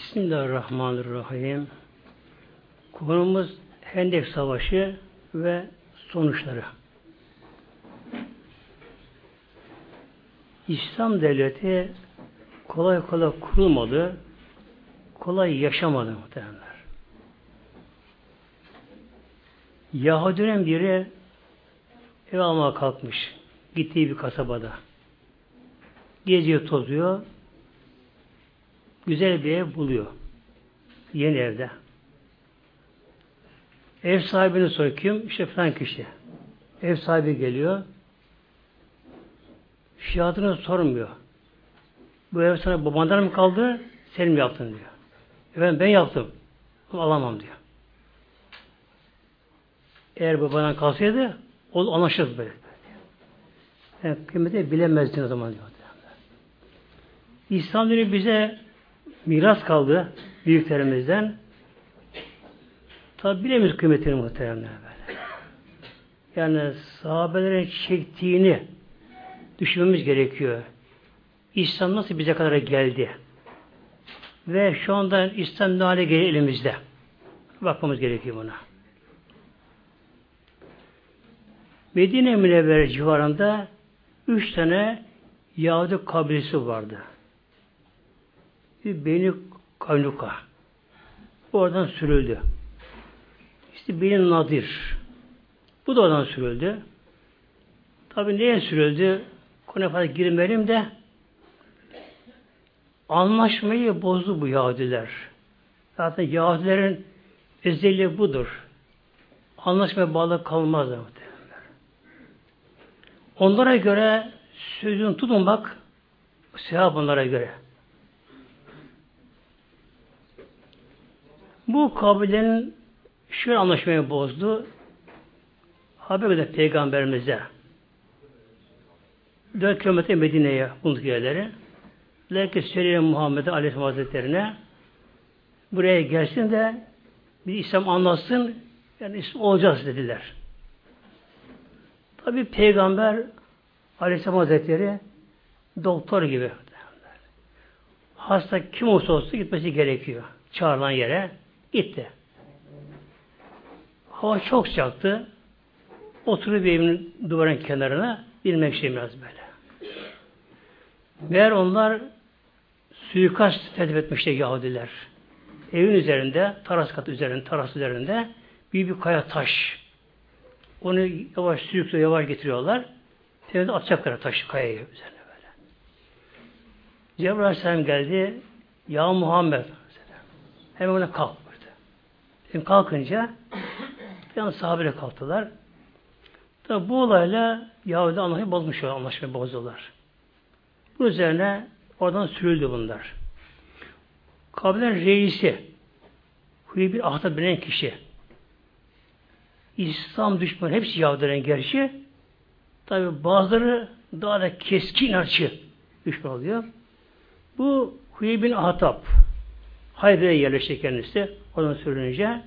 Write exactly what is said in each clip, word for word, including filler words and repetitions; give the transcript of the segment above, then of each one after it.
Bismillahirrahmanirrahim. Konumuz Hendek Savaşı ve sonuçları. İslam devleti kolay kolay kurulmadı, kolay yaşamadı muhtemelenler. Yahudilerin biri ev almaya kalkmış, gittiği bir kasabada. Geziyor, tozuyor, güzel bir ev buluyor. Yeni evde. Ev sahibini soruyor. Kim? İşte falan kişi. Ev sahibi geliyor. Fiyatını sormuyor. Bu ev sana babandan mı kaldı? Sen mi yaptın diyor. Efendim ben yaptım. Ama alamam diyor. Eğer babadan kalsaydı o anlaşılır böyle. Yani kıymeti bilemezdin o zaman diyor. İslam dini bize miras kaldı büyüklerimizden. Tabi bilemiyoruz kıymetini muhteremler böyle. Yani sahabelerin çektiğini düşünmemiz gerekiyor. İslam nasıl bize kadar geldi? Ve şu anda İslam ne hale geliyor elimizde? Bakmamız gerekiyor buna. Medine Münevvere civarında üç tane Yahudi kabilesi vardı. Bir Beni Kaynuka. Oradan sürüldü. İşte Beni Nadir. Bu da oradan sürüldü. Tabi neye sürüldü? Konuya fazla girmeyelim de anlaşmayı bozdu bu Yahudiler. Zaten Yahudilerin özelliği budur. Anlaşmaya bağlı kalmazlar. Onlara göre sözünü tutun bak, sevap onlara göre. Bu kabilenin şöyle anlaşmayı bozdu. Haber de Peygamberimize dört kilometre Medine'ye bulduk yerleri. Lakin söyleyen Muhammed'e Aleyhisselam Hazretleri'ne buraya gelsin de bir İslam anlatsın, yani İslam olacağız dediler. Tabi Peygamber Aleyhisselam Hazretleri doktor gibi. Hasta kim olsa olsa gitmesi gerekiyor. Çağrılan yere gitti. Hava çok sıcaktı. Oturup bir evin duvarın kenarına bilmek şey biraz böyle. Meğer onlar suikast tertip etmişler Yahudiler. Evin üzerinde, teras katı üzerinde, teras üzerinde büyük bir kaya taş. Onu yavaş sürüklüyor, yavaş getiriyorlar. Tevhide atacaklar taşı kayayı üzerine böyle. Cebrail Aleyhisselam geldi. Ya Muhammed hemen ona kalk. Şimdi kalkınca yani sahabeyle kalktılar. Tabi bu olayla Yahudi anlaşmayı bozmuş, anlaşmayı bozdular. Bunun üzerine oradan sürüldü bunlar. Kabilenin reisi Hüyü bir ahta binen kişi İslam düşmanı hepsi Yahudilerin gerçi. Tabi bazıları daha da keskin açı düşman oluyor. Bu Hüyü bin Ahtab Hayber'e yerleşti kendisi. Oradan sürününce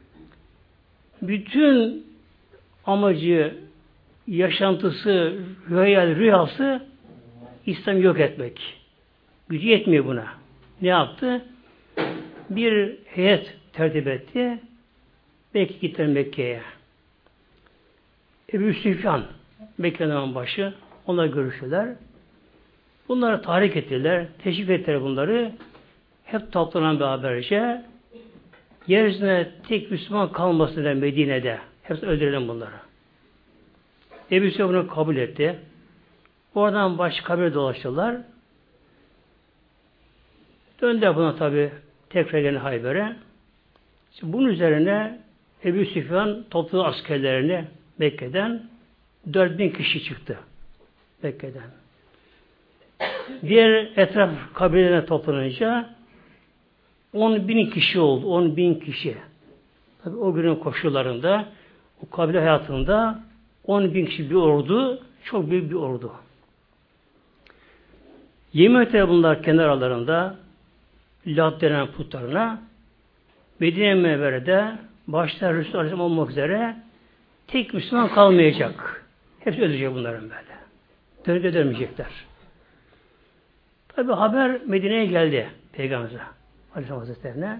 bütün amacı, yaşantısı, rüya, rüyası İslam yok etmek. Gücü yetmiyor buna. Ne yaptı? Bir heyet tertip etti. Belki gittiler Mekke'ye. Ebu Süfyan Mekke'nin başı. Onlar görüştüler. Bunları tahrik ettiler. Teşvik ettiler bunları. Hep toplanan bir haberce yeryüzüne tek Müslüman kalmasınlar Medine'de. Hepsi öldürelim bunları. Ebu Süfyan bunu kabul etti. Oradan başka kabile dolaştılar. Döndüler buna tabi tekrar gene Hayber'e. İşte bunun üzerine Ebu Süfyan topladı askerlerini Mekke'den dört bin kişi çıktı. Mekke'den. Diğer etraf kabilelerine toplanınca on bin kişi oldu. On bin kişi. Tabi o günün koşullarında o kabile hayatında on bin kişi bir ordu, çok büyük bir ordu. Yemin ettiler bunlar kenar aralarında Lat denen putlarına Medine Münevvere'de başta Resulullah Aleyhisselam olmak üzere tek Müslüman kalmayacak. Hepsi ölecek bunların böyle. Dönüp dönmeyecekler. Tabi haber Medine'ye geldi Peygamber'e Aleyhisselam Hazretlerine.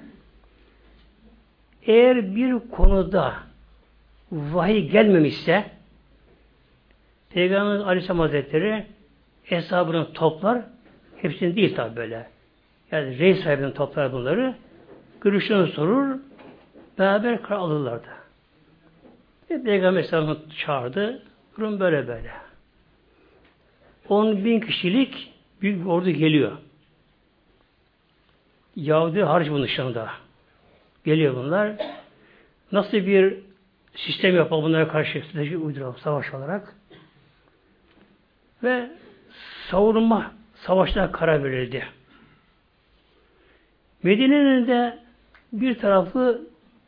Eğer bir konuda vahiy gelmemişse Peygamber Aleyhisselam Hazretleri hesabını toplar, hepsini değil tabi böyle. Yani reis sahibinin toplar bunları, görüşlerini sorur, beraber karar alırlardı. Ve Peygamber Aleyhisselam'ı çağırdı, durum böyle böyle. On bin kişilik büyük bir ordu geliyor. Yahudi hariç bunun dışında. Geliyor bunlar. Nasıl bir sistem yapalım bunlara karşı strateji uyduralım savaş olarak. Ve savunma savaşına karar verildi. Medine'nin de bir tarafı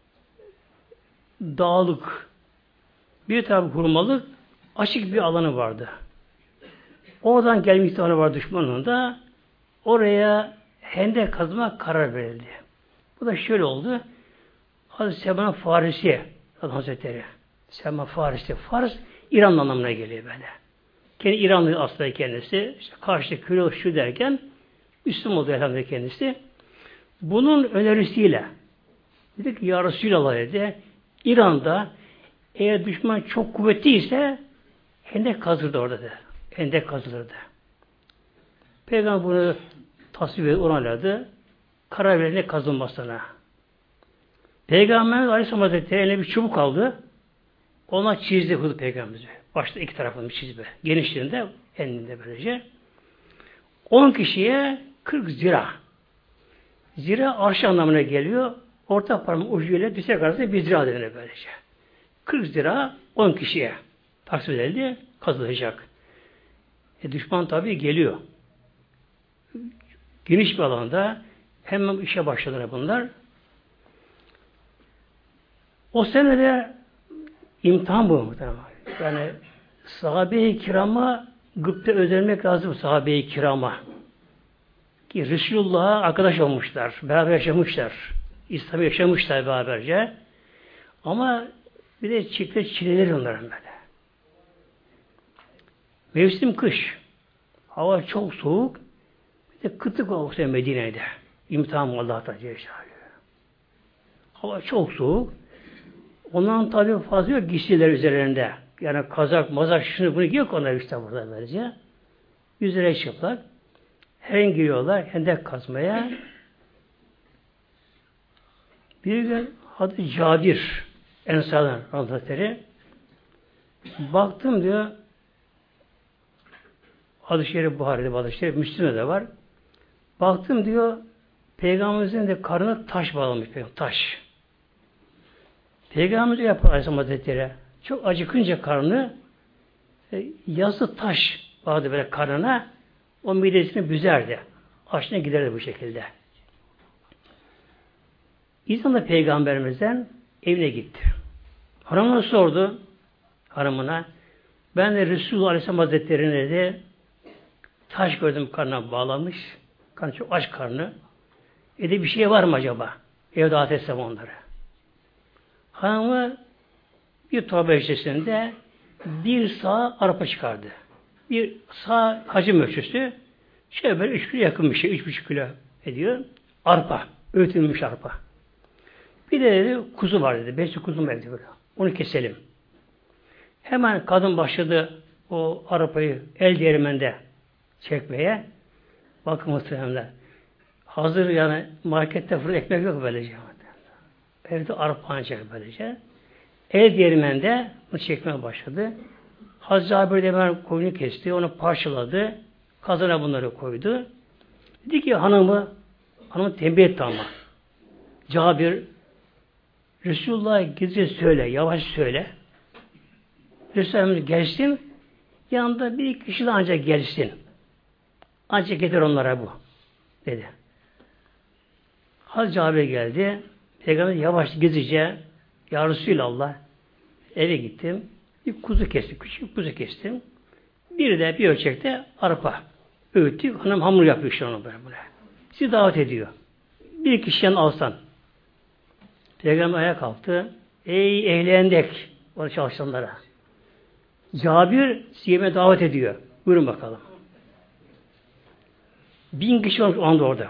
dağlık, bir tarafı hurmalık, açık bir alanı vardı. Oradan gelme ihtimali var düşmanın da oraya hendek kazma karar verildi. Bu da şöyle oldu. Hazreti Selman Farisi Hazretleri. Selman Farisi. Fars İran anlamına geliyor böyle. Kendi İranlı aslında kendisi. İşte karşı köle şu derken Müslüman oldu elhamdülillah kendisi. Bunun önerisiyle dedi ki ya Resulallah dedi İran'da eğer düşman çok kuvvetliyse hendek kazılırdı orada dedi. Hendek kazılırdı. Peygamber bunu tasvip edip onayladı. Karar verene kazılmasına. Peygamber Aleyhisselam Hazretleri eline bir çubuk aldı. Ona çizdi hudu Peygamberimizi. Başta iki tarafını bir çizdi. Genişliğinde elinde böylece. On kişiye kırk zira. Zira arş anlamına geliyor. Orta parmak ucuyla dirsek arasında bir zira denir böylece. kırk zira on kişiye taksim edildi, kazılacak. E, düşman tabii geliyor. Geniş bir alanda hemen işe başladılar bunlar. O senede imtihan bu muhtemelen. Yani sahabe-i kirama gıpta özenmek lazım sahabe-i kirama. Ki Resulullah'a arkadaş olmuşlar. Beraber yaşamışlar. İslam'ı yaşamışlar beraberce. Ama bir de çifte çileleri onların böyle. Mevsim kış. Hava çok soğuk. Bir de kıtlık olsa Medine'de. İmtihan Allah'tan Celle. Hava çok soğuk. Ondan tabi fazla yok giysiler üzerinde. Yani kazak, mazak, şunu bunu yok onlar işte burada böylece. Yüzüne çıplak. Her gün giriyorlar hendek kazmaya. Bir gün adı Cabir Ensar'dan Hazretleri baktım diyor hadis-i şerif Buhari'de, hadis-i şerif Müslim'de de var. Baktım diyor Peygamberimizin de karnına taş bağlamış. Taş. Peygamberimiz yapar Aleyhisselam Hazretleri. Çok acıkınca karnı e, yazı taş bağladı böyle karnına. O midesini büzerdi. Açına giderdi bu şekilde. İnsan da Peygamberimizden evine gitti. Hanımına sordu. Hanımına ben de Resulullah Aleyhisselam Hazretleri'ne de taş gördüm karnına bağlamış. Karnı çok aç karnı. E de bir şey var mı acaba? Evde ateş etsem onları. Hanımı bir torba içerisinde bir sağ arpa çıkardı. Bir sağ hacim ölçüsü şöyle böyle üç kilo yakın bir şey. Üç buçuk kilo ediyor. Arpa. Öğütülmüş arpa. Bir de dedi, kuzu var dedi. Beş kuzum var dedi. Onu keselim. Hemen kadın başladı o arpayı el değirmende çekmeye. Bakın muhtemelen. Hazır yani markette fırın ekmek yok böylece. Evde arpa ancak böylece. El değirmende bunu çekmeye başladı. Hazreti Cabir de hemen koyunu kesti. Onu parçaladı. Kazana bunları koydu. Dedi ki hanımı hanımı tembih etti ama. Cabir Resulullah'a gizli söyle, yavaş söyle. Resulullah gelsin, yanında bir kişi de ancak gelsin. Ancak getir onlara bu, dedi. Hazreti Cabir geldi, Peygamber yavaş gizlice, ya Resulallah, eve gittim, bir kuzu kestim, küçük kuzu kestim. Bir de bir ölçekte arpa öğüttük, hanım hamur yapıyor şu an böyle. Sizi davet ediyor. Bir kişiden alsan. Peygamber ayağa kalktı. Ey ehli endek, orada çalışanlara. Cabir size davet ediyor. Buyurun bakalım. Bin kişi olmuş o anda orada.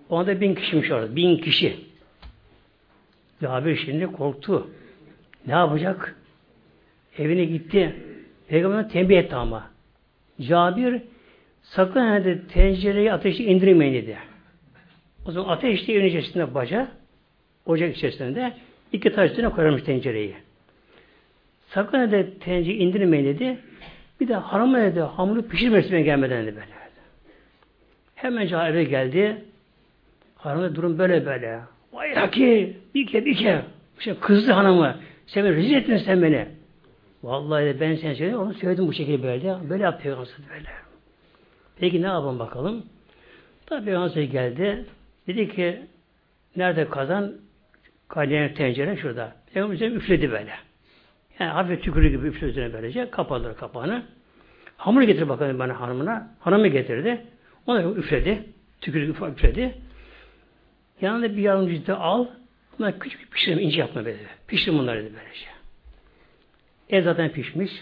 O anda bin kişiymiş orada. Bin kişi. Cabir şimdi korktu. Ne yapacak? Evine gitti. Peygamber tembih etti ama. Cabir sakın hani tencereyi ateşe indirmeyin dedi. O zaman ateşte evin içerisinde baca, ocak içerisinde iki taş üstüne koyarmış tencereyi. Sakın hani tencereyi indirmeyin dedi. Bir de hanıma dedi hamuru pişirmesine gelmeden dedi böyle. Hemen Cabir eve geldi. Hanımda durum böyle böyle. Vay haki, bir ke bir ke. Şimdi kızdı hanımı. Sen beni rezil ettin sen beni. Vallahi de ben sen söyledim, onu söyledim bu şekilde böyle. Böyle yaptı Peygamber böyle. Peki ne yapalım bakalım? Tabi Peygamber geldi. Dedi ki nerede kazan? Kaynayan tencere şurada. Peygamber üzerine üfledi böyle. Yani hafif tükürü gibi üfledi üzerine böylece. Kapadılar kapağını. Hamuru getir bakalım bana hanımına. Hanımı getirdi. Ona üfledi. Tükürü gibi üfledi. Yanında bir yardımcı da al. Bunlar küçük pişirim, ince yapma böyle. Pişirim bunları dedi böylece. Et zaten pişmiş.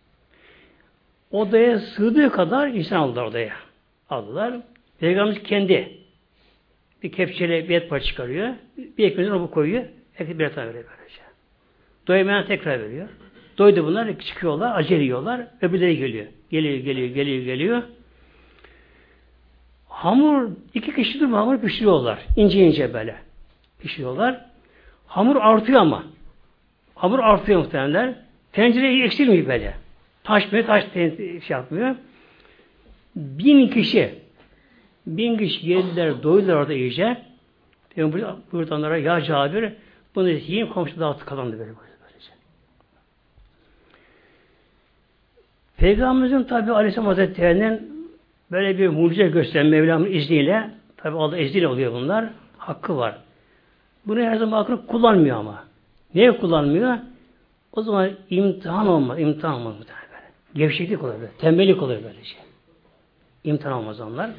Odaya sığdığı kadar insan aldılar odaya. Aldılar. Peygamberimiz kendi bir kepçeyle bir et parça çıkarıyor. Bir ekmeğini onu koyuyor. Ekmek bir tane veriyor böylece. Doymayan tekrar veriyor. Doydu bunlar. Çıkıyorlar. Acele yiyorlar. Öbürleri geliyor. Geliyor, geliyor, geliyor, geliyor. Hamur, iki kişi durma hamur pişiriyorlar. İnce ince böyle. Pişiriyorlar. Hamur artıyor ama. Hamur artıyor muhtemelenler. Tencereyi eksilmiyor böyle. Taşmıyor, taş şey yapmıyor. Bin kişi bin kişi geldiler, doydular orada iyice. Buyurdu onlara, ya Cabir bunu yiyin komşu dağıtı kazandı böyle. Böylece. Peygamberimizin tabi Aleyhisselam Hazretleri'nin böyle bir mucize gösteren Mevlam'ın izniyle, tabi Allah izniyle oluyor bunlar, hakkı var. Bunu her zaman hakkını kullanmıyor ama. Niye kullanmıyor? O zaman imtihan olmaz, imtihan olmaz böyle. Gevşeklik olur böyle, tembellik olur böylece. İmtihan olmaz onlar.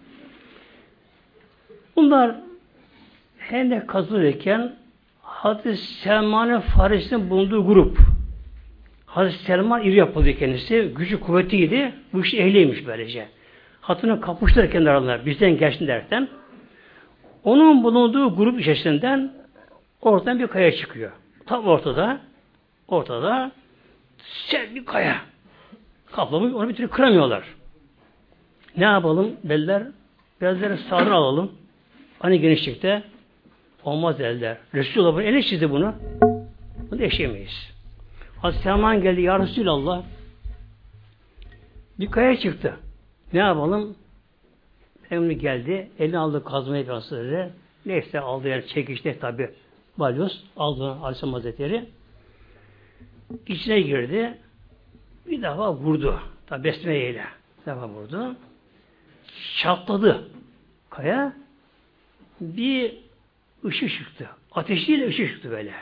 Bunlar Hendek kazılırken Hazreti Selman'ın Farisi'nin bulunduğu grup. Hazreti Selman iri yapıldı kendisi. Gücü kuvvetliydi. Bu iş ehliymiş böylece. Hatunu kapıştılar kendi aralarında. Bizden geçti derken. Onun bulunduğu grup içerisinden ortadan bir kaya çıkıyor. Tam ortada ortada sert bir kaya. Kaplamış. Onu bir türlü kıramıyorlar. Ne yapalım? Beller bezleri sağdan alalım. Hani genişlikte olmaz derler. Resulullah bunu ele çizdi bunu. Bunu eşemeyiz. Hazreti Selman geldi. Ya Resulallah bir kaya çıktı. Ne yapalım? Emri geldi. Elini aldı kazmayı kasırdı. Neyse aldı yer çekişte tabi balyoz. Aldı Aleyhisselam Hazretleri. İçine girdi. Bir defa vurdu. Tabi besmeyle. Bir defa vurdu. Çatladı. Kaya bir ışık çıktı. Ateş değil de ışık çıktı böyle.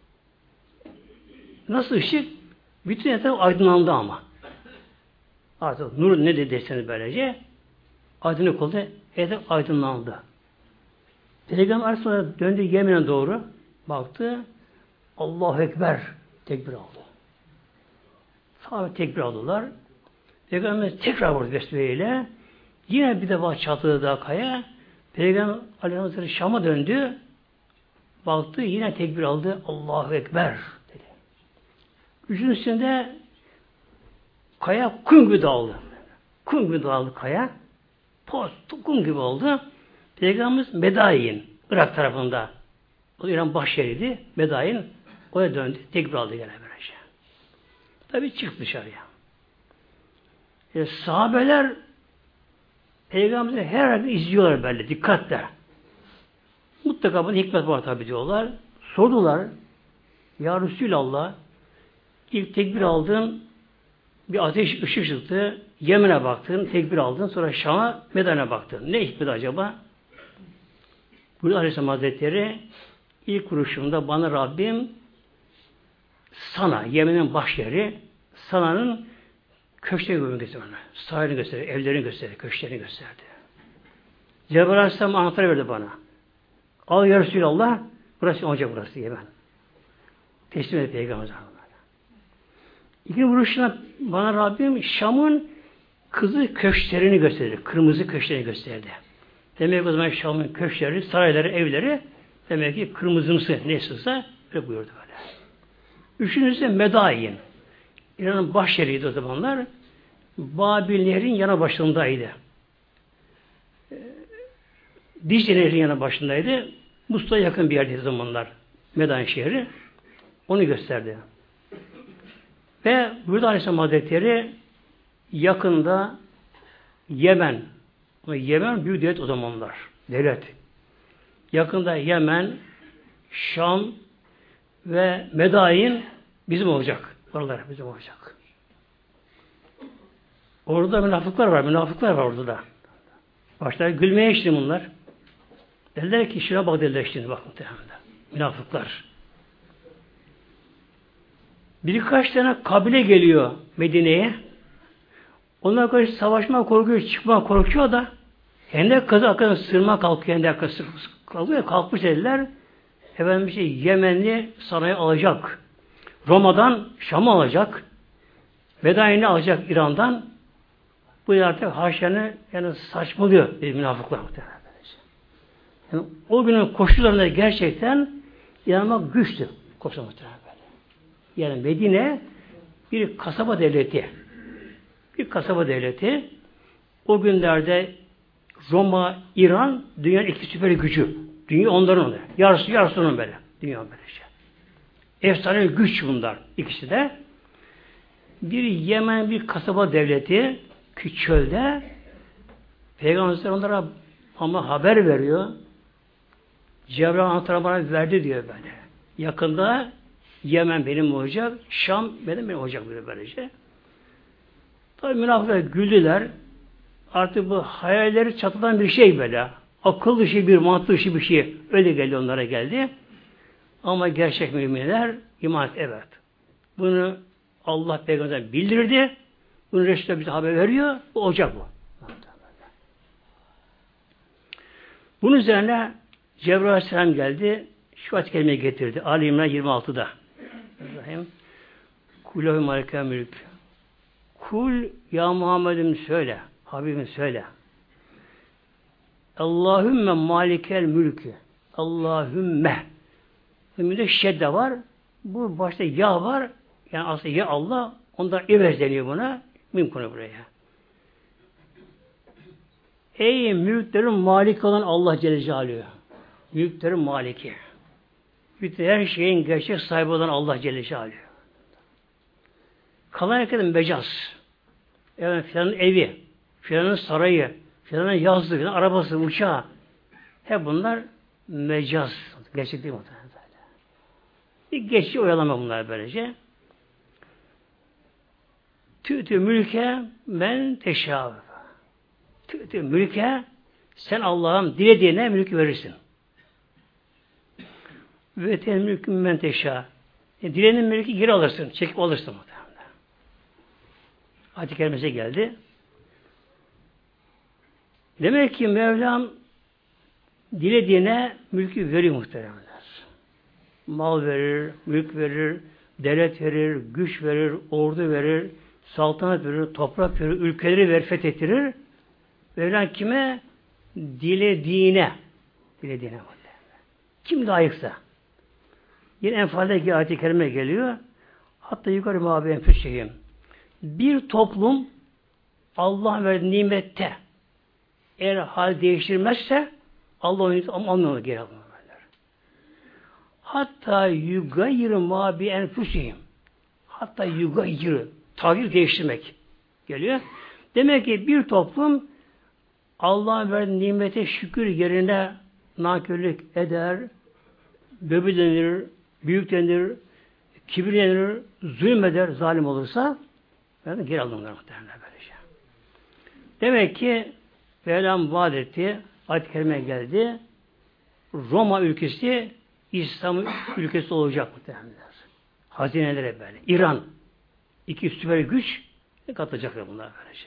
Nasıl ışık? Bütün etraf aydınlandı ama. Artık nur ne de deseniz böylece aydınlık oldu. Etraf aydınlandı. Peygamber sonra döndü Yemen'e doğru baktı. Allahu Ekber tekbir aldı. Sahabe tekbir aldılar. Peygamber tekrar vurdu besmeyle. Yine bir defa çatladı daha kaya. Peygamber Aleyhisselam Şam'a döndü. Baktı yine tekbir aldı. Allahu Ekber dedi. Üçüncü üstünde kaya kum gibi dağıldı. Kum gibi dağıldı kaya. Toz, kum gibi oldu. Peygamberimiz Medain, Irak tarafında. O İran başşeriydi. Medain. Oraya döndü. Tekbir aldı gene böylece. Tabi çıktı dışarıya. E, sahabeler Peygamber'i her yerde izliyorlar böyle. Dikkatle. Mutlaka bunun hikmet var tabi diyorlar. Sordular. Ya Resulallah ilk tekbir aldın bir ateş ışık çıktı. Yemen'e baktın. Tekbir aldın. Sonra Şam'a Medain'e baktın. Ne hikmet acaba? Burada Aleyhisselam Hazretleri ilk kuruşumda bana Rabbim sana, Yemen'in baş yeri Sana'nın köşklerini gösterdi. Sahilini gösterdi. Evlerini gösterdi. Köşklerini gösterdi. Cebrail Aleyhisselam anahtarı verdi bana. Al ya Resulallah. Burası olacak burası Yemen. Teslim etti Peygamber. İkinci vuruşuna bana Rabbim Şam'ın kızı köşklerini gösterdi. Kırmızı köşklerini gösterdi. Demek ki o zaman Şam'ın köşkleri, sarayları, evleri demek ki kırmızımsı neyse öyle buyurdu böyle. Üçüncüsü Medain. İran'ın baş yeriydi o zamanlar. Babil Nehri'nin yanı başındaydı. Dicle Nehri'nin yanı başındaydı. Musul'a yakın bir yerdeydi o zamanlar. Medain şehri. Onu gösterdi. Ve burada Aleyhisselam Hazretleri yakında Yemen, Yemen büyük devlet o zamanlar. Devlet. Yakında Yemen, Şam ve Medain bizim olacak. Oralar bizim olacak. Orada münafıklar var. Münafıklar var orada da. Başlar gülmeye işte bunlar. Dediler ki şuna bak dediler işte bak muhtemelen. Münafıklar. Birkaç tane kabile geliyor Medine'ye. Onlar karşı savaşma korkuyor, çıkma korkuyor da Hendek kazı akıllı sırma kalkıyor. Hendek kazı kalkıyor. Kalkmış dediler. Efendim şey Yemenli sarayı alacak. Roma'dan Şam'ı alacak. Medain'i alacak İran'dan. Bu artık haşyanı yani saçmalıyor bir münafıklar. Yani o günün koşullarında gerçekten inanmak güçtü. Koşullar muhtemelen böyle. Yani Medine bir kasaba devleti. Bir kasaba devleti. O günlerde Roma, İran dünyanın iki süper gücü. Dünya onların oluyor. Yarısı yarısı onun böyle. Dünya böyle şey. Efsane güç bunlar. İkisi de. Bir Yemen bir kasaba devleti küçük çölde Peygamber onlara ama haber veriyor. Cebrail anahtarı bana verdi diyor böyle. Yakında Yemen benim olacak, Şam benim benim olacak böyle böylece. Tabi münafıklar güldüler. Artık bu hayalleri çatılan bir şey böyle. Akıl dışı bir, mantık dışı bir şey. Öyle geldi onlara geldi. Ama gerçek müminler iman et, evet. Bunu Allah Peygamber'e bildirdi. Bunu Resulullah bize haber veriyor. Bu olacak bu. Bunun üzerine Cebrail Aleyhisselam geldi. Şu ayet-i kerimeyi getirdi. Ali İmran yirmi altıda. İbrahim. Kulahü malike mülk. Kul ya Muhammed'im söyle. Habibim söyle. Allahümme malikel mülkü. Allahümme. Müde şedde var. Bu başta ya var. Yani aslında ya Allah. Ondan evez deniyor buna. Mümkün buraya. Ey mülklerin malik olan Allah Celle Celaluhu. Mülklerin maliki. Bütün her şeyin gerçek sahibi olan Allah Celle Celaluhu. Kalan herkesin mecaz. Evet, filanın evi, filanın sarayı, filanın yazlığı, filanın arabası, uçağı. Hep bunlar mecaz. Gerçek değil mi? Bir geçici oyalama bunlar böylece. Tü'tü mülke men teşâv. Tü'tü mülke sen Allah'ın dilediğine mülkü verirsin. Ve ten mülkü men teşâv. Yani dilenin mülkü geri alırsın. Çekip alırsın. Ayet-i kerimesi geldi. Demek ki Mevlam dilediğine mülkü veriyor muhteremler. Mal verir, mülk verir, devlet verir, güç verir, ordu verir, saltanat verir, toprak verir, ülkeleri verir, fethettirir. Mevlam kime? Dilediğine. Dilediğine muhteremler. Kim layıksa. Yine Enfal'deki ayet-i kerime geliyor. Hatta yukarı mâbi enfüsehim. Bir toplum Allah verdiği nimette eğer hal değiştirmezse Allah onu almıyor geri almıyor. Hatta yugayir ma bi enfusihim. Hatta yugayir tağyir değiştirmek geliyor. Demek ki bir toplum Allah'ın verdiği nimete şükür yerine nankörlük eder, böbürlenir, büyüklenir, kibirlenir, zulmeder, zalim olursa ben de geri alınırlar muhtemelen böylece. Demek ki Mevlam vaat etti, ayet-i kerime geldi. Roma ülkesi İslam ülkesi olacak muhtemelen. Hazinelere böyle. İran iki süper güç katacaklar bunlar böylece.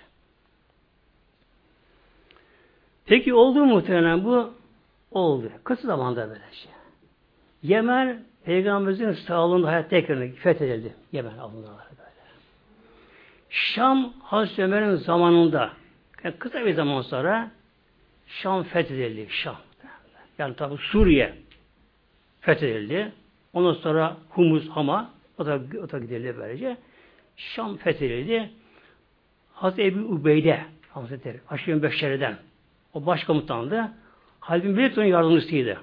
Peki oldu muhtemelen bu? Oldu. Kısa zamanda böylece. Yemen Peygamberimizin sağlığında hayattayken fethedildi. Yemen alındılar böyle. Şam Hazreti Ömer'in zamanında yani kısa bir zaman sonra Şam fethedildi. Şam. Yani tabi Suriye fethedildi. Ondan sonra Humus, Hama o da, o da gidildi böylece. Şam fethedildi. Hazreti Ebu Ubeyde Hazretleri Aşirin Beşşeri'den o başkomutandı. Halid bin Velid onun yardımcısıydı.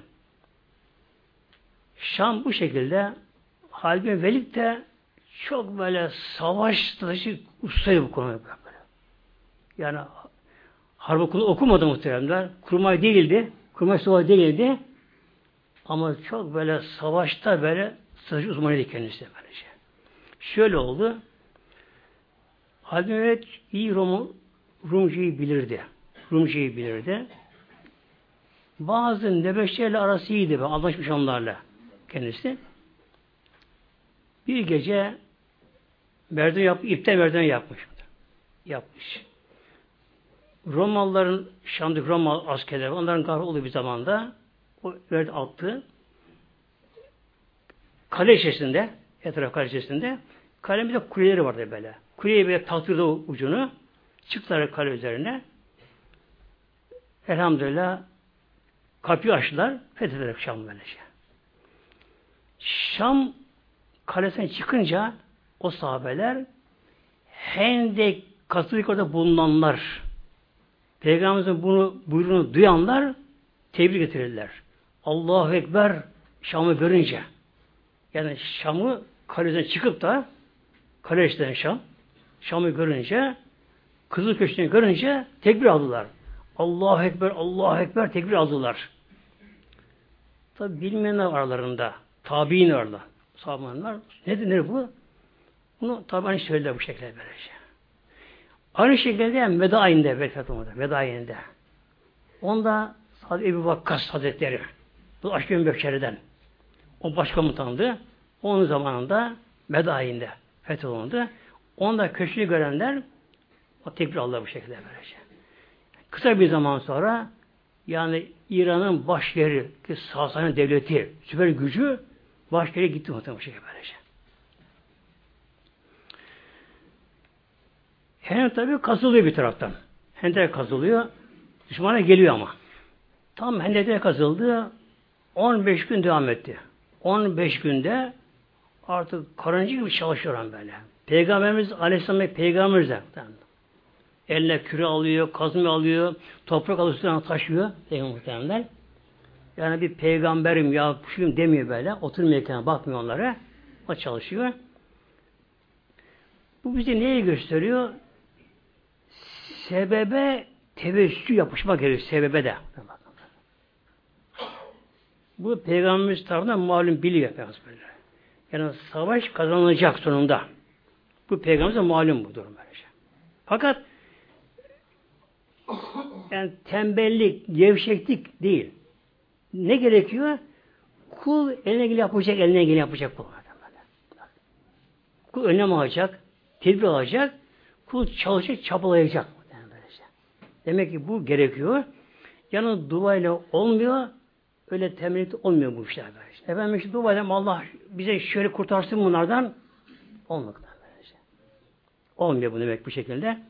Şam bu şekilde Halid bin Velid de çok böyle savaş strateji ustaydı bu konuda böyle. Yani harp okulu okumadı muhteremler. Kurmay değildi. Kurmay subayı değildi. Ama çok böyle savaşta böyle strateji uzmanıydı kendisi böylece. Şöyle oldu. Halid bin Velid iyi Rum, Rumcuyu bilirdi. Rumcuyu bilirdi. Bazı nöbetçilerle arası iyiydi. Anlaşmış onlarla kendisi. Bir gece merdiven yap, ipten merdiven yapmış. Yapmış. Romalıların, Şam'daki Roma askerleri, onların gahrı olduğu bir zamanda o verdi attı. Kale içerisinde, etraf kale içerisinde, kalenin bir de kuleleri vardı böyle. Kuleye böyle taktırdı ucunu, çıktılar kale üzerine. Elhamdülillah kapıyı açtılar, fetheder Şam böylece. Şam kalesine çıkınca o sahabeler Hendek Katolik orada bulunanlar Peygamberimizin bunu buyruğunu duyanlar tebrik getirirler. Allahu Ekber Şam'ı görünce yani Şam'ı kaleden çıkıp da kale içten Şam Şam'ı görünce Kızıl Köşkü'nü görünce tekbir aldılar. Allahu Ekber, Allahu Ekber tekbir aldılar. Tabi bilmeyenler aralarında. Tabi'in aralarında. Sahabeler. Nedir, nedir bu? Bunu tabi aynı söylediler bu şekilde böylece. Aynı şekilde Veda ayinde vefat olmadı. Veda ayinde. Onda Hazreti Ebu Vakkas Hazretleri bu Aşk-ı Bekşeri'den o başkomutandı. Onun zamanında Veda ayinde feth olundu. Onda köşkü görenler o tekbir aldılar bu şekilde böylece. Kısa bir zaman sonra yani İran'ın başyeri ki Sasani devleti süper gücü başyeri gitti muhtemelen bu şekilde böylece. Hem tabi kazılıyor bir taraftan. Hendek kazılıyor. Düşmana geliyor ama. Tam Hendek'e kazıldı. on beş gün devam etti. on beş günde artık karıncı gibi çalışıyor böyle. Peygamberimiz Aleyhisselam Peygamberimiz de eline küre alıyor, kazma alıyor, toprak alıyor, üstüne taşıyor. Peygamberler. Yani bir peygamberim ya kuşuyum demiyor böyle. Oturmuyor kenara, bakmıyor onlara. O çalışıyor. Bu bize neyi gösteriyor? Sebebe tevessü yapışmak gerekiyor. Sebebe de. Bu Peygamberimiz tarafından malum biliyor. Yani savaş kazanılacak sonunda. Bu Peygamberimize malum bu durum böylece. Fakat yani tembellik, gevşeklik değil. Ne gerekiyor? Kul eline ilgili yapacak, eline ilgili yapacak kul. Kul önlem alacak, tedbir alacak, kul çalışacak, çabalayacak. Demek ki bu gerekiyor. Yani duayla olmuyor, öyle tembellik olmuyor bu işler. Böylece. Efendim işte duayla Allah bize şöyle kurtarsın bunlardan olmuyor. Böylece. Olmuyor bu demek bu şekilde.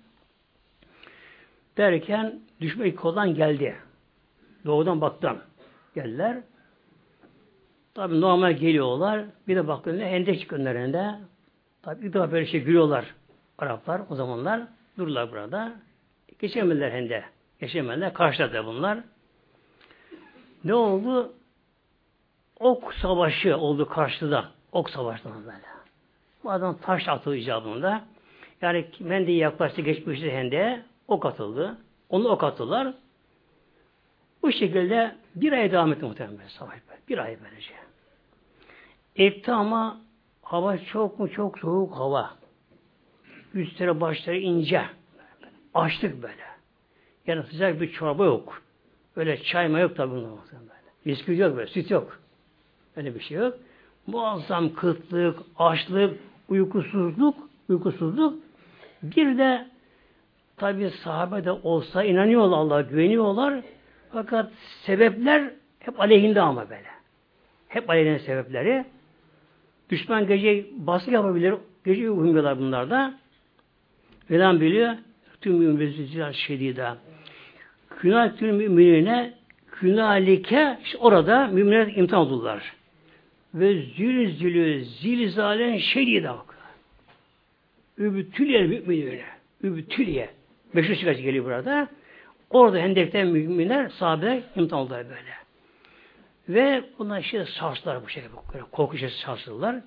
Derken düşman ilk koldan geldi. Doğudan batıdan geldiler. Tabi normal geliyorlar. Bir de baktığında hendek çık önlerinde. Tabi ilk defa böyle şey gülüyorlar Araplar o zamanlar. Dururlar burada. Geçemediler hende. Geçemediler. Karşıladı bunlar. Ne oldu? Ok savaşı oldu karşıda. Ok savaştan böyle. Bu adam taş atıldı icabında. Yani Mende'ye yaklaştı geçmişti hende. Ok atıldı. Onu ok attılar. Bu şekilde bir ay devam etti muhtemelen savaş. Bir ay böylece. Etti ama hava çok mu çok soğuk hava. Üstleri başları ince. Açlık böyle. Yani sıcak bir çorba yok. Öyle çay mı yok tabi bunlar. Bisküvi yok böyle, süt yok. Öyle bir şey yok. Muazzam kıtlık, açlık, uykusuzluk, uykusuzluk. Bir de tabi sahabe de olsa inanıyorlar Allah'a, güveniyorlar. Fakat sebepler hep aleyhinde ama böyle. Hep aleyhinde sebepleri. Düşman gece baskı yapabilir. Gece uyumuyorlar bunlar da. Neden biliyor? Tüm ümmeticiler şedide. Künâletül müminine künâlike işte orada müminler imtihan oldular. Ve zülzülü zilzalen şedîdâ. Übütülye müminine. Übütülye. Meşhur çıkarcı geliyor burada. Orada Hendek'ten müminler, sahabeler imtihan oldular böyle. Ve bunlar işte sarstılar bu şekilde. Korku içerisinde sarsıldılar.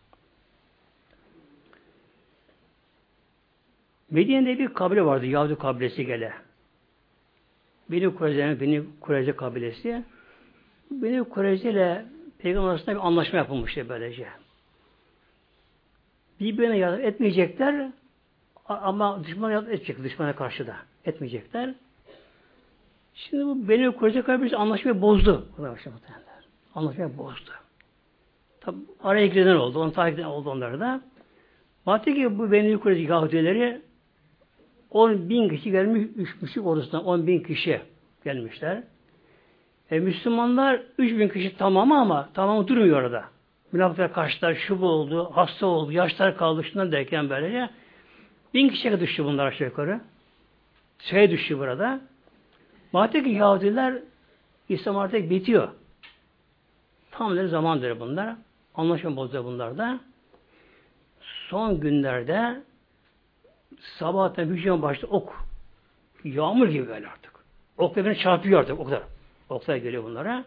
Medine'de bir kabile vardı. Yahudi kabilesi gele. Beni Kureyze, Beni Kureyze kabilesi. Beni Kureyze ile Peygamber arasında bir anlaşma yapılmıştı böylece. Birbirine yardım etmeyecekler ama düşmana yardım edecek. Düşmana karşı da etmeyecekler. Şimdi bu Beni Kureyze kabilesi anlaşmayı bozdu. Anlaşmayı bozdu. Tabi araya giren oldu. Onu takip eden oldu onları da. Baktı ki bu Beni Kureyze Yahudileri on bin kişi gelmiş, üç buçuk ordusundan on bin kişi gelmişler. E, Müslümanlar üç bin kişi tamamı ama tamamı durmuyor orada. Münafıklar kaçtılar, şu bu oldu, hasta oldu, yaşlar kaldı, şundan derken böylece bin kişiye düştü bunlar aşağı yukarı. Şey düştü burada. Baktı ki Yahudiler İslam artık bitiyor. Tam bir zamandır bunlar. Anlaşma bozuyor bunlar da. Son günlerde sabahtan bir şey başladı ok. Yağmur gibi böyle artık. Oklar beni çarpıyor artık oklar. Oklar geliyor bunlara.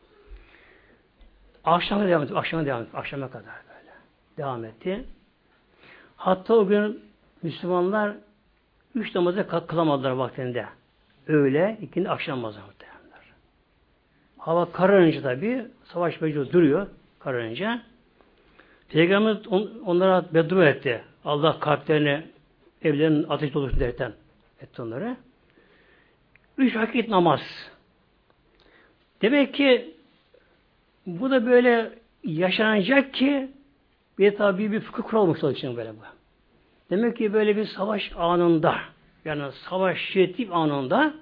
Akşama devam etti. Akşama devam etti. Akşama kadar böyle. Devam etti. Hatta o gün Müslümanlar üç namazı kılamadılar vaktinde. Öğle, ikindi akşam namazı muhtemelenler. Hava kararınca tabi savaş mecbur duruyor kararınca. Peygamber on, onlara beddua etti. Allah kalplerini evlerinin ateş dolusu derken etti onları. Üç vakit namaz. Demek ki bu da böyle yaşanacak ki bir tabi bir fıkıh kurulmuş olduğu için böyle bu. Demek ki böyle bir savaş anında yani savaş şiddetli anında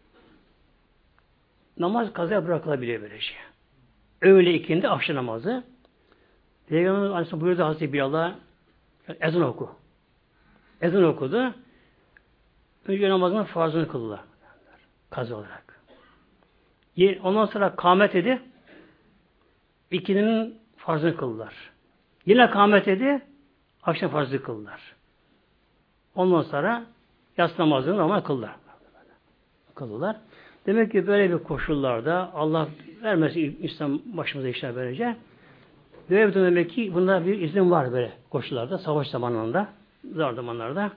namaz kazaya bırakılabiliyor böylece. Öğle ikindi akşam namazı. Peygamber Aleyhisselam buyurdu Hazreti Bilal'a ezan oku. Ezan okudu. Önce namazın farzını kıldılar. Kaza olarak. Ondan sonra kâmet edi. İkindinin farzını kıldılar. Yine kâmet edi. Akşam farzını kıldılar. Ondan sonra yatsı namazını normal kıldılar. Kıldılar. Demek ki böyle bir koşullarda Allah vermesi İslam başımıza işler böylece. Böyle demek ki bunda bir izin var böyle koşullarda. Savaş zamanında. Zor zamanlarda.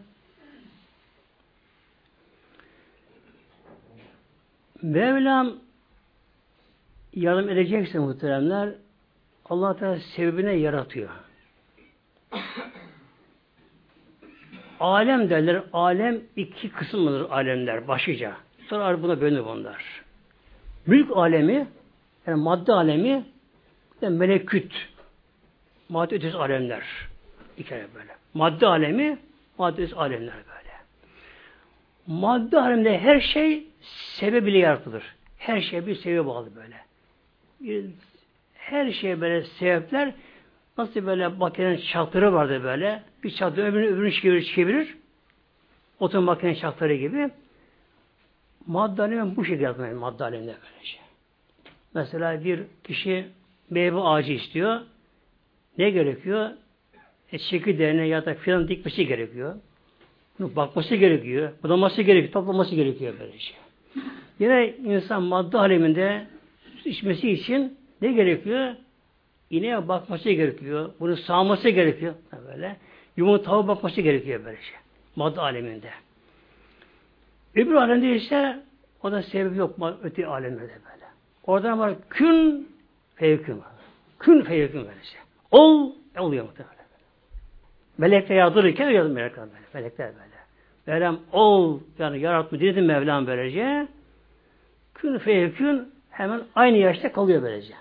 Mevlam yardım edecekse muhteremler Allah Teala sebebine yaratıyor. Alem derler. Alem iki kısımdır alemler başlıca. Sonra buna bölünür bunlar. Mülk alemi yani madde alemi ve meleküt madde ötesi alemler. İki kere böyle. Madde alemi madde ötesi alemler böyle. Madde aleminde her şey sebebiyle yaratılır. Her şey bir sebebe bağlı böyle. Her şey böyle sebepler nasıl böyle makinenin çarkları vardır böyle. Bir çarkları öbürünü öbürünü çevirir çevirir. Otomatik makinenin çarkları gibi. Madde alemi bu şekilde yaratılır. Madde aleminde böyle şey. Mesela bir kişi meyve ağacı istiyor. Ne gerekiyor? E, çekirdeğine ya da filan dikmesi gerekiyor. Bunu bakması gerekiyor. Budaması gerekiyor. Toplaması gerekiyor böyle şey. Yine insan madde aleminde içmesi için ne gerekiyor? İneğe bakması gerekiyor. Bunu sağması gerekiyor. Böyle. Yumurtaya bakması gerekiyor böyle şey. Madde aleminde. Öbür alemde ise o da sebebi yok. Öte alemde böyle. Oradan var kün fevkün var. Kün fevkün böyle şey. Ol oluyor muhtemelen. Melekler yardırırken öyle melekler böyle. Melekler böyle. Mevlam ol yani yaratma diledim Mevlam böylece. Kün fevkün hemen aynı yaşta kalıyor böylece.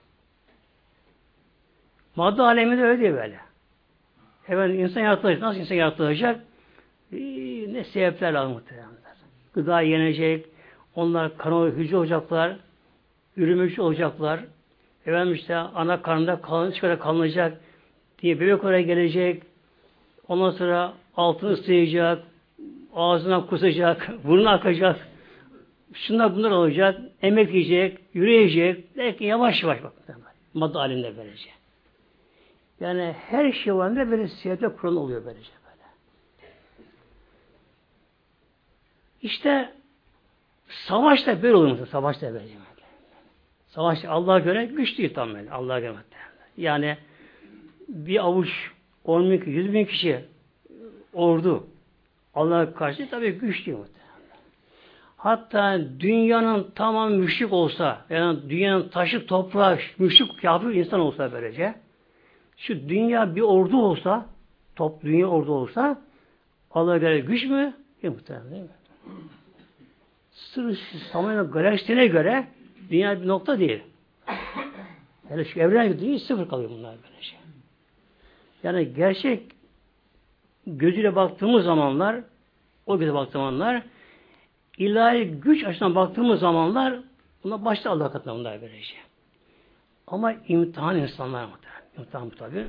Madde aleminde öyle değil böyle. Hemen insan yaratılacak. Nasıl insan yaratılacak? Ee, ne sebepler lazım muhtemelen. Gıda yenecek. Onlar kanal hücre olacaklar. Ürümüş olacaklar. Efendim işte ana karnında kalın, çıkara kalınacak diye bebek oraya gelecek. Ondan sonra altını ıslayacak. Ağzından kusacak. Burnuna akacak. Şunlar bunlar olacak, emek yiyecek, yürüyecek, belki yavaş yavaş bak. Madde halinde böylece. Yani her şey var böyle siyasete kuran oluyor böylece böyle. İşte savaş da böyle olur mu? Savaş da böyle. Savaş Allah'a göre güç değil tam böyle. Allah'a göre. Yani bir avuç on bin, yüz bin kişi ordu Allah'a karşı tabii güç değil muhtemelen. Hatta dünyanın tamam müşrik olsa, yani dünyanın taşı toprağı müşrik kafir insan olsa böylece, şu dünya bir ordu olsa, top dünya ordu olsa, Allah'a göre güç mü? Yok muhtemelen değil mi? Sırf Samanyolu galaksisine göre dünya bir nokta değil. Yani şu evren değil, sıfır kalıyor bunlar böylece. Yani gerçek gözüyle baktığımız zamanlar, o göze baktığımız zamanlar, ilahi güç açısından baktığımız zamanlar, bunlar başta Allah katında bunlar böylece. Ama imtihan insanlar muhtemelen. İmtihan bu tabi.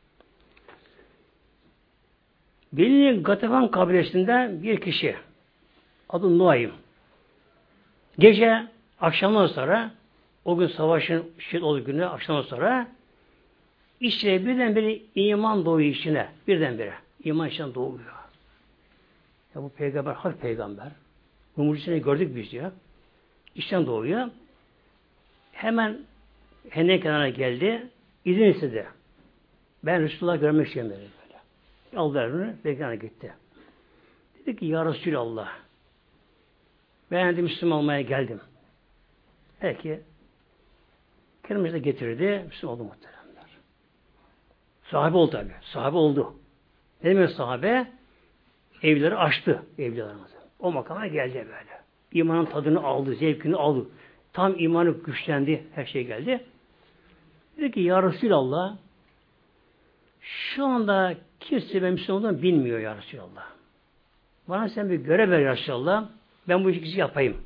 Belli Gatafan kabilesinden bir kişi, adı Nuaym. Gece akşamdan sonra, o gün savaşın şiddet olduğu günü akşamdan sonra, İşte birdenbire iman doğuyor içine. Birdenbire. İman içine doğuyor. Ya bu peygamber, hak peygamber. Bu mucizesini gördük biz diyor. İçten doğuyor. Hemen Hendek kenarına geldi. İzin istedi. Ben Resulullah görmek istiyorum dedi böyle. Aldı elini, Peygamber'e gitti. Dedi ki ya Resulallah, ben de Müslüman olmaya geldim. Peki kelimesi de getirdi. Müslüman oldu muhtemelen. Sahabe oldu tabi. Sahabe oldu. Ne demek sahabe? Evleri açtı. Evlilerimizi. O makama geldi böyle. İmanın tadını aldı. Zevkini aldı. Tam imanı güçlendi. Her şey geldi. Dedi ki ya Resulallah, şu anda kimse ben Müslüman olduğunu bilmiyor ya Resulallah. Bana sen bir görev ver ya Resulallah. Ben bu işi yapayım.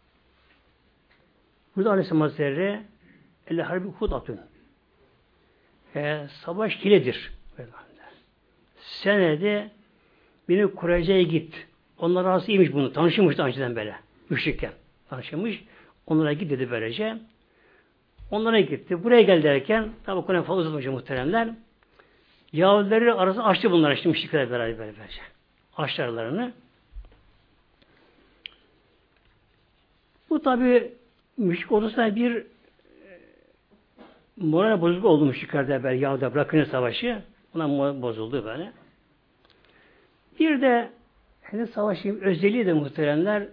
Burada Aleyhisselam Hazretleri Elle harbi hudatun. E, savaş hiledir. Sen de beni Kureyce'ye git. Onlar razı iyiymiş bunu. Tanışılmış daha önceden böyle. Müşrikken. Tanışılmış. Onlara git dedi böylece. Onlara gitti. Buraya gel derken tabi Kur'an fazla uzatmış muhteremler. Yahudileri arasında açtı bunlar işte müşrikler beraber böylece. Açtı aralarını. Bu tabi müşrik odasında bir moral bozukluğu oldu müşriklerde böyle Yahudi'ye bırakın savaşı. Ona moral bozuldu böyle. Bir de hani savaşın özelliği de muhteremler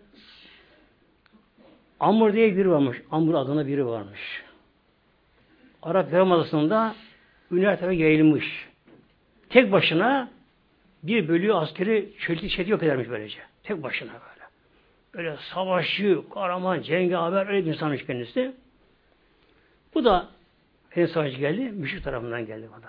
Amr diye biri varmış. Amr adına biri varmış. Arap Yarımadası'nda üniversiteye yayılmış. Tek başına bir bölüğü askeri çölü çeti yok edermiş böylece. Tek başına böyle. Böyle savaşçı, kahraman, cengaver öyle bir insanmış kendisi. Bu da en savaşçı geldi, müşrik tarafından geldi o da.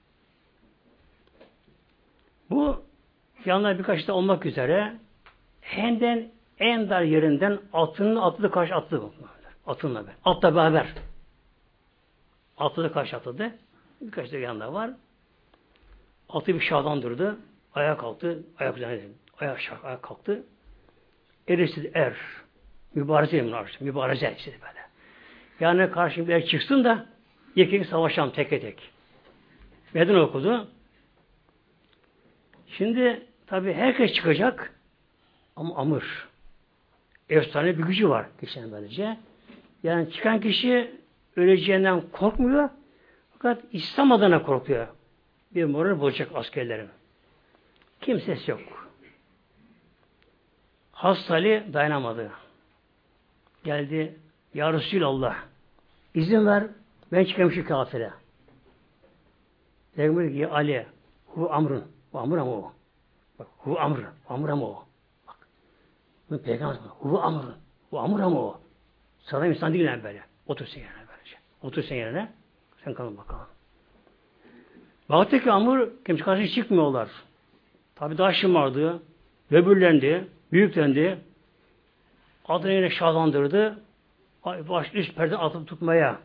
Bu yanlar birkaç da olmak üzere Hendek'in en dar yerinden atının atladı karşı atladı. Atınla beraber. Atla beraber. Atladı karşı atladı. Birkaç da yanlar var. Atı bir şahlandırdı. Ayağa kalktı. Ayak üzerine ayağa, ayağa kalktı. Erişti er. Mübareze emin arşın. Mübareze işte böyle. Yani karşı bir er çıksın da yekik savaşalım tek tek. Meydan okudu. Şimdi tabi herkes çıkacak ama Amr. Efsane bir gücü var geçen böylece. Yani çıkan kişi öleceğinden korkmuyor fakat İslam adına korkuyor. Bir moral bozacak askerlerin. Kimsesi yok. Hastali dayanamadı. Geldi. Ya Resulallah. İzin ver. Ben çıkayım şu kafire. Peygamber ki Ali. Hu Amr'ın. Hu Amr ama o. Bak. Hu Amr. Amr ama o. Bak. Bu Peygamber. Hu Amr. Hu Amr ama o. Sana insan değil yani böyle. Otur sen yerine böylece. Otur sen yerine. Sen kalın bakalım. Baktı ki Amr kimse karşı çıkmıyorlar. Tabi daha şımardı. Böbürlendi. Büyüklendi. Adını yine şahlandırdı. Baş üst perden atıp tutmaya.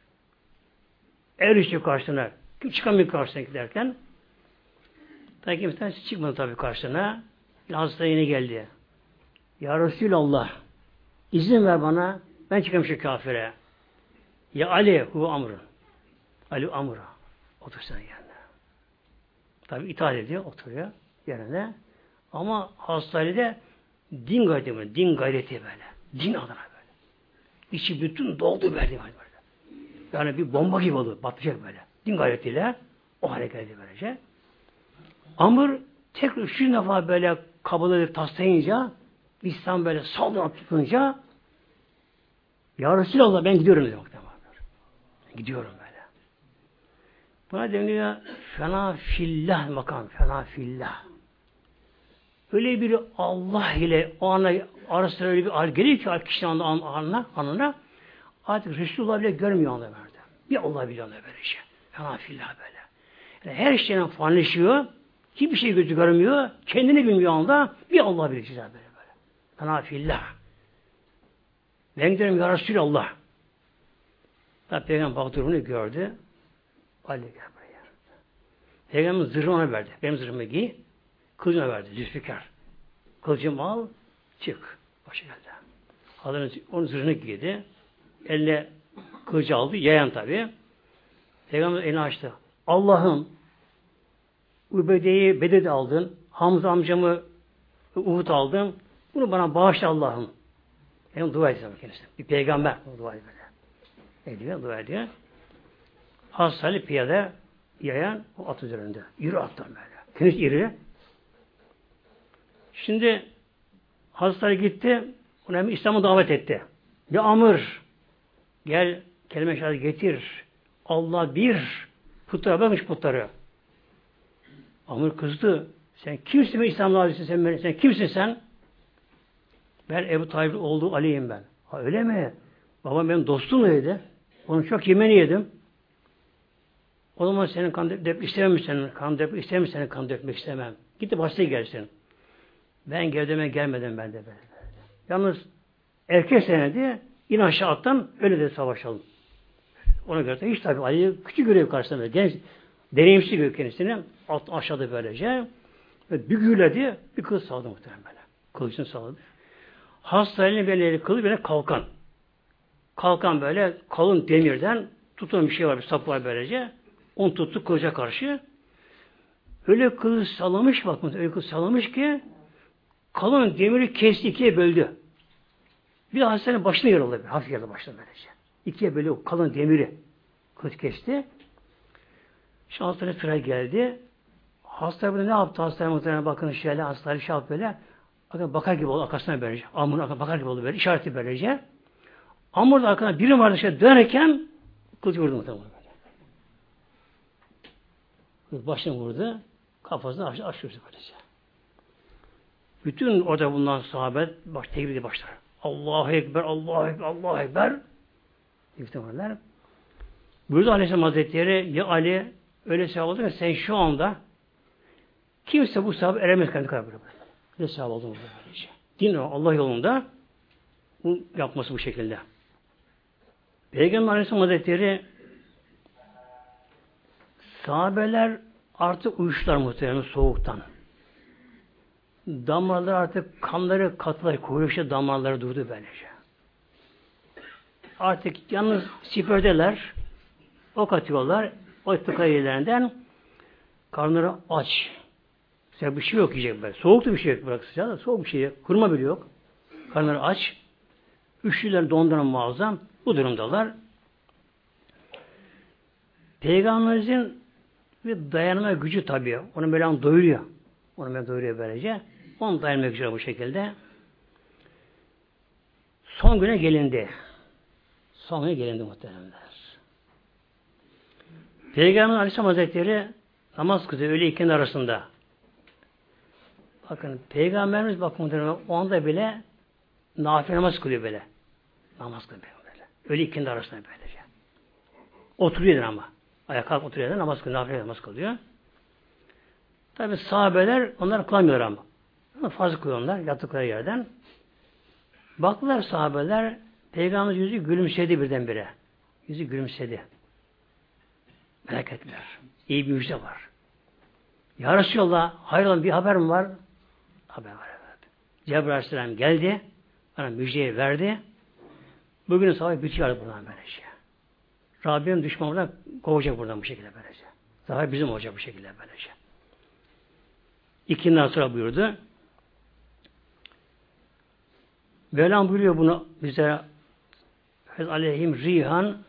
Er üstü karşısına. Kim çıkamıyor karşısına giderken. Tabi kimse çıkmadı tabi karşısına. Hazreti yine geldi. Ya Resulallah. İzin ver bana. Ben çıkayım şu kafire. Ya Ali hu amrun. Ali amra. Otur sen yerine. Tabi itaat ediyor. Oturuyor yerine. Ama Hazreti Ali'de din gayreti böyle. Din gayreti böyle. Din adına böyle. İçi bütün doldu verdi böyle. Yani bir bomba gibi oldu. Patlayacak böyle. Din gayretiyle o hale geldi böylece. Amr tek üç defa böyle kabul taslayınca İslam böyle saldırı tutunca ya Resulallah ben gidiyorum dedi. Gidiyorum böyle. Buna deniyor fena fillah makam. Fena fillah. Öyle bir Allah ile o ana arasında öyle bir hal geliyor ki kişinin anına, anına artık Resulullah bile görmüyor onu böyle. Bir Allah bile onu böyle şey. Fena fillah böyle. Yani her şeyden fanleşiyor. Hiçbir şey gözü görmüyor. Kendini bilmiyor anda bir Allah bile güzel böyle böyle. Fena fillah. Ben gidiyorum ya Resulallah. Tabi Peygamber baktı bunu gördü. Ali gel buraya. Peygamber zırhını ona verdi. Benim zırhımı giy. Kılıcına verdi. Zülfikar. Kılıcımı al. Çık. Başa geldi. Adını, onun zırhını giydi. Eline kılıcı aldı. Yayan tabi. Peygamber elini açtı. Allah'ım Ubeyde'yi Bedir'de aldın. Hamza amcamı Uhud aldım. Bunu bana bağışla Allah'ım. Benim dua edeceğim kendisine. Bir peygamber dua ediyor. Ediyor, dua ediyor. Hazreti Ali piyade yayan o at üzerinde. Yürü attan böyle. Kendisi iri. Şimdi Hazreti Ali gitti. Ona hem İslam'ı davet etti. Ya Amr gel kelime-i şehadet getir. Allah bir. Putlara bakmış putları. Amr kızdı. Sen kimsin be İslam'la adresin sen beni? Sen kimsin sen? Ben Ebu Talib'in oğlu Ali'yim ben. Ha öyle mi? Babam benim dostum dedi. Onun çok yemeğini yedim. O zaman senin kan dökmek istemem senin kan dökmek istemem senin kan dökmek istemem. Gitti başta gelsin. Ben gevdeme gelmedim ben de böyle. Yalnız erkek senedi in aşağı attan öyle de savaşalım. Ona göre de hiç tabi Ali küçük görev karşısında genç deneyimsiz görev kendisini alt aşağıda böylece ve bir gürledi bir kılıç sağladı muhtemelen böyle. Kılıçını sağladı. Hasta eline belirli kılıç böyle kalkan. Kalkan böyle kalın demirden tutan bir şey var, bir sap var böylece. Onu tuttu kılıca karşı. Öyle kılıç sallamış bakın, öyle kılıç sallamış ki kalın demiri kesti, ikiye böldü. Bir de hastanenin başına yarıldı. Hafif yarıldı başına böylece. İkiye böldü o kalın demiri. Kılıç kesti. Şu hastane sıra geldi. Hastane burada ne yaptı? Hastane muhtemelen bakın şöyle hastane şey yaptı böyle. Bakın bakar gibi oldu arkasına böylece. Amr'ın bakar gibi oldu böyle. İşareti böylece. Amr da arkadan biri vardı şey dönerken kılıcı vurdu muhtemelen böyle. Başını vurdu. Kafasını aç, açıyordu böylece. Bütün orada bulunan sahabe baş, tekbir başlar. Allahu Ekber, Allahu Ekber, Allahu Ekber. İftiharlar. Buyurdu Aleyhisselam Hazretleri ya Ali öyle sevap oldu ki sen şu anda kimse bu sevap eremez kendi kadar böyle. Öyle sevap oldu mu böylece. Din o Allah yolunda bu yapması bu şekilde. Peygamber Aleyhisselam Hazretleri sahabeler artık uyuştular muhtemelen soğuktan. Damarlar artık kanları katılar, kuyruğuşa damarları durdu böylece. Artık yalnız siperdeler, ok atıyorlar, o tıka yerlerinden karnları aç. Mesela bir şey yok yiyecek böyle. Soğuk da bir şey yok bırak sıcağı da soğuk bir şey yok. Kurma bile yok. Karnları aç. Üşüler donduran muazzam. Bu durumdalar. Peygamberimizin bir dayanma gücü tabii. Onu böyle doyuruyor. Onu böyle doyuruyor böylece. Onun dayanma gücü bu şekilde. Son güne gelindi. Son güne gelindi muhteremler. Peygamber Aleyhisselam Hazretleri namaz kılıyor öğle ikindi arasında. Bakın Peygamberimiz bakın muhteremler o anda bile nafile namaz kılıyor böyle. Namaz kılıyor böyle. Öğle ikindi arasında böylece. Oturuyor ama. Ayağa kalk oturuyor namaz kılıyor. Nafile namaz kılıyor. Tabi sahabeler onlar kılamıyor ama. Fazla kılıyorlar yattıkları yerden. Baktılar sahabeler Peygamber yüzü gülümsedi birdenbire. Yüzü gülümsedi. Merak ettiler. İyi bir müjde var. Ya Resulallah hayrola bir haber mi var? Haber var evet. Cebrail Aleyhisselam geldi. bana müjdeyi verdi. Bugün savaş bitiyor buradan böylece. Rabbim düşmanlardan kovacak buradan bu şekilde böylece. Daha bizim olacak bu şekilde böylece. İkinden sonra buyurdu. Mevlam buyuruyor bunu bize aleyhim rihan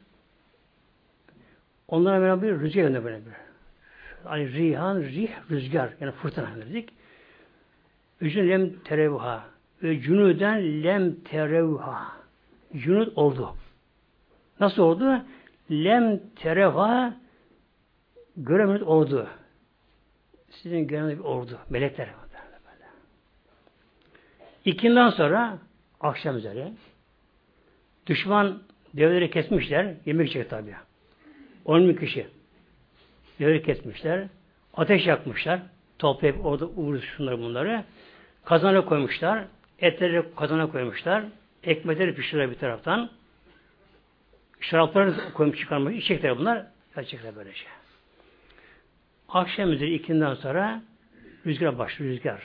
onlara Mevlam bir rüzgar gönderdi böyle bir. Ali rihan, rih, rüzgar. Yani fırtına dedik. Ücün lem terevha. Ve cunuden lem terevha. Cunud oldu. Nasıl oldu? Lem terevha göremez oldu. Sizin göremez bir ordu. Melekler. İkinden sonra akşam üzere düşman devleri kesmişler. Yemek yiyecek tabi. on bin kişi. Devleri kesmişler. Ateş yakmışlar. Toplayıp orada uğraşmışlar bunları. Kazana koymuşlar. Etleri kazana koymuşlar. Ekmekleri pişiriyorlar bir taraftan. Şarapları koymuş çıkarmış. İçecekler bunlar. Gerçekten böyle şey. Akşam üzeri ikinden sonra rüzgar başlıyor. Rüzgar.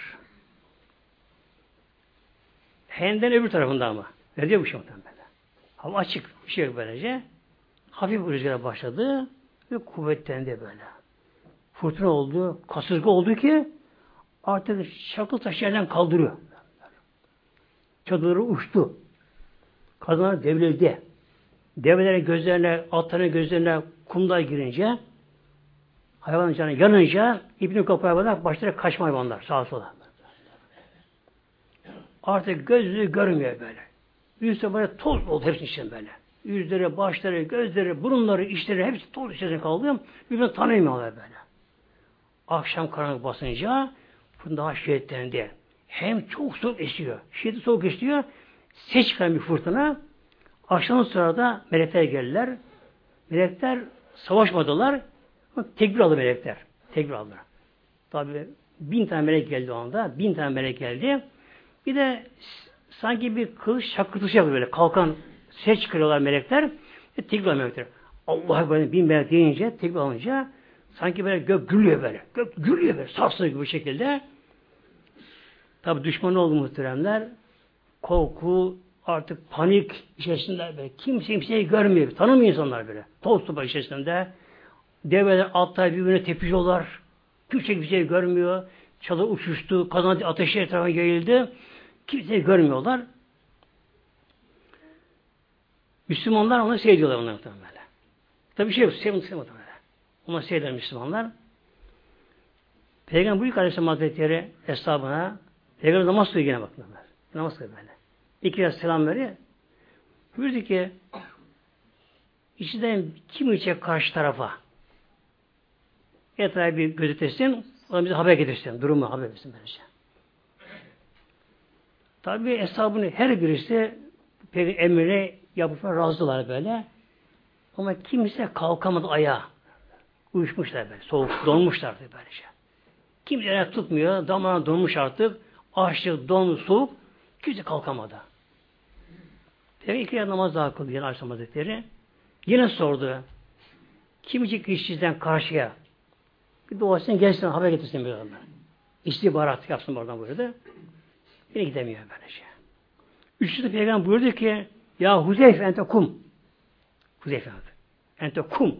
Henden öbür tarafında ama. Ne diyor bu şey muhtemelen böyle. Hava açık. Bir şey yok böylece. Hafif bir rüzgar başladı ve kuvvetlendi böyle. Fırtına oldu. Kasırga oldu ki artık çakıl taşı yerden kaldırıyor. Çadırları uçtu. Kadınlar devrildi. Develerin gözlerine, atların gözlerine kumda girince hayvanın canı yanınca ipini kopaya kadar başlayarak kaçma hayvanlar sağa sola. Artık gözü görmüyor böyle. Yüzde böyle toz oldu hepsinin içinde böyle. Yüzleri, başları, gözleri, burunları, içleri hepsi toz içerisinde kaldı. Birbirini tanıyamıyorlar böyle. Akşam karanlık basınca fırtına daha şiddetlendi. Hem çok soğuk esiyor. Şiddetli soğuk esiyor. Ses çıkan bir fırtına. Akşam sırada melekler geldiler. Melekler savaşmadılar. Tekbir aldı melekler. Tekbir aldılar. Tabi bin tane melek geldi o anda. Bin tane melek geldi. Bir de sanki bir kılıç şakırtısı yapıyor böyle. Kalkan ses çıkarıyorlar melekler. Ve tekbir alıyor melekler. Allah'a böyle bin melek deyince, tekbir alınca sanki böyle gök gürlüyor böyle. Gök gürlüyor böyle. Sarsılıyor gibi bir şekilde. Tabi düşman oldu muhteremler. Korku, artık panik içerisinde böyle. Kimse kimseyi görmüyor. Tanımıyor insanlar böyle. Toz topa içerisinde. Develer atlar birbirine tepiyorlar. Kimse kimseyi görmüyor. Çadır uçuştu. Kazan ateşi etrafına yayıldı. Kimseyi görmüyorlar. Müslümanlar onu seyrediyorlar onları böyle. Tabi bir şey yok. Seyrediyorlar böyle. Ona seyrediyorlar Müslümanlar. Peygamber Büyük Aleyhisselam Hazretleri hesabına Peygamber namaz kılıyor yine bakın. Namaz kılıyor böyle. İki kez selam veriyor. Buyurdu ki içinden kim içecek karşı tarafa etrafı bir gözetesin, ona bize haber getirsin. Durumu haber versin böylece. Tabi hesabını her birisi emrine yapıp razılar böyle. Ama kimse kalkamadı ayağa. Uyuşmuşlar böyle. Soğuk, donmuşlar böylece. Kimse ayak tutmuyor. Damarına donmuş artık. Açlık, donmuş, soğuk. Kimse kalkamadı. Peki iki yer namaz daha kıldı yine Aleyhisselam Hazretleri. Yine sordu. Kim için işçiden karşıya? Bir doğasından gelsin haber getirsin bir adam. İstihbarat yapsın oradan buyurdu. Yine gidemiyor böylece. Üçüncü Peygamber buyurdu ki ya Huzeyf ente kum. Huzeyf ente kum.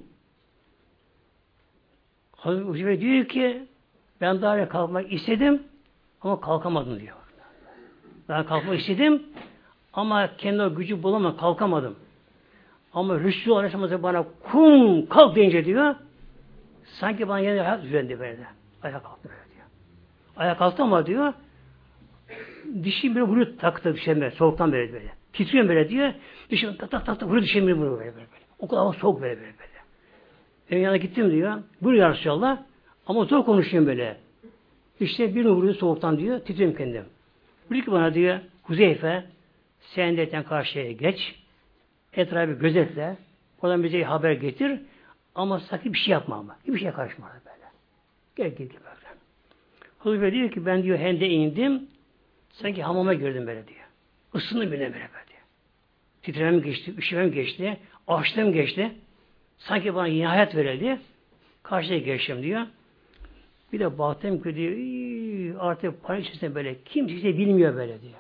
Hazreti Huzeyf diyor ki ben daha kalkmak istedim ama kalkamadım diyor. Ben kalkmak istedim ama kendi o gücü bulamadım, kalkamadım. Ama Resulullah Aleyhisselam bana kum kalk deyince diyor sanki bana yine hayat düzendi böyle. Ayağa kalktı böyle diyor. Ayağa kalktı ama diyor dişim böyle vuruyor taktı dişim böyle soğuktan böyle böyle. Titriyorum böyle diyor. Dişim tak tak tak tak vuruyor dişim böyle böyle böyle. böyle. O kadar hava soğuk böyle böyle böyle. Ben yanına gittim diyor. Buyur ya Resulallah. Ama zor konuşuyorum böyle. İşte birini vuruyor soğuktan diyor. Titriyorum kendim. Diyor ki bana diyor Huzeyfe sen de karşıya geç. Etrafı gözetle. Oradan bize haber getir. Ama sakın bir şey yapma ama. Bir şeye karışma böyle. Gel gel gel böyle. Huzeyfe diyor ki ben diyor hende indim. Sanki hamama girdim böyle diyor. Isındım bile böyle böyle diyor. Titremem geçti, üşümem geçti, açlığım geçti. Sanki bana yeni hayat verildi. Karşıya geçtim diyor. Bir de baktım ki diyor artık panik içerisinde böyle kimse bilmiyor böyle diyor.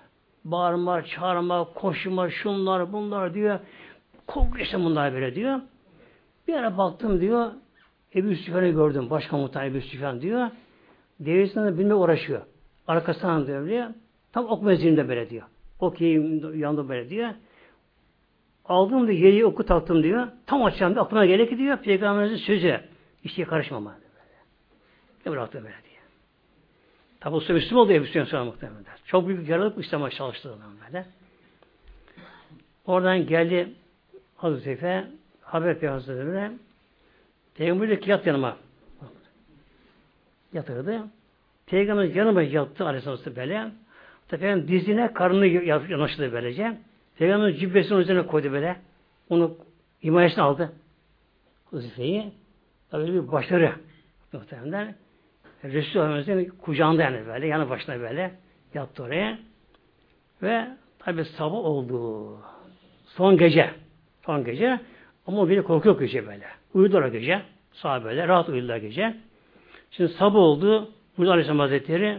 Bağırma, çağırma, koşma, şunlar, bunlar diyor. Korkuyorsun bunlar böyle diyor. Bir ara baktım diyor. Ebu Süfyan'ı gördüm. Başkomutan Ebu Süfyan diyor. Devesinden bilmeye uğraşıyor. Arkasından diyor. Tam ok mezununda böyle diyor. Ok yanında böyle diyor. Aldım diyor. Yeri oku taktım diyor. Tam açacağım diyor. Aklıma gelir ki diyor. Peygamberimizin sözü. İşte karışmama. Ne bıraktı böyle diyor. Tabi o Müslüman oldu Ebu Süfyan sonra muhtemelen. Çok büyük bir yaralık İslam'a çalıştı böyle. Oradan geldi Hazreti Efe haber Peygamber'e Peygamber'e yat yanıma yatırdı. Peygamber yanıma yattı Aleyhisselam böyle. Peygamber dizine karnını yanaştırdı böylece. Peygamber cübbesinin üzerine koydu böyle. Onu himayesine aldı. Hazifeyi. Tabii bir başarı muhtemelen. Resulü kucağında yani böyle. Yanı başına böyle. Yattı oraya. Ve tabii sabah oldu. Son gece. Son gece. Ama o bile korku yok gece böyle. Uyudular gece. Sağ böyle. Rahat uyudular gece. Şimdi sabah oldu. Burada Aleyhisselam Hazretleri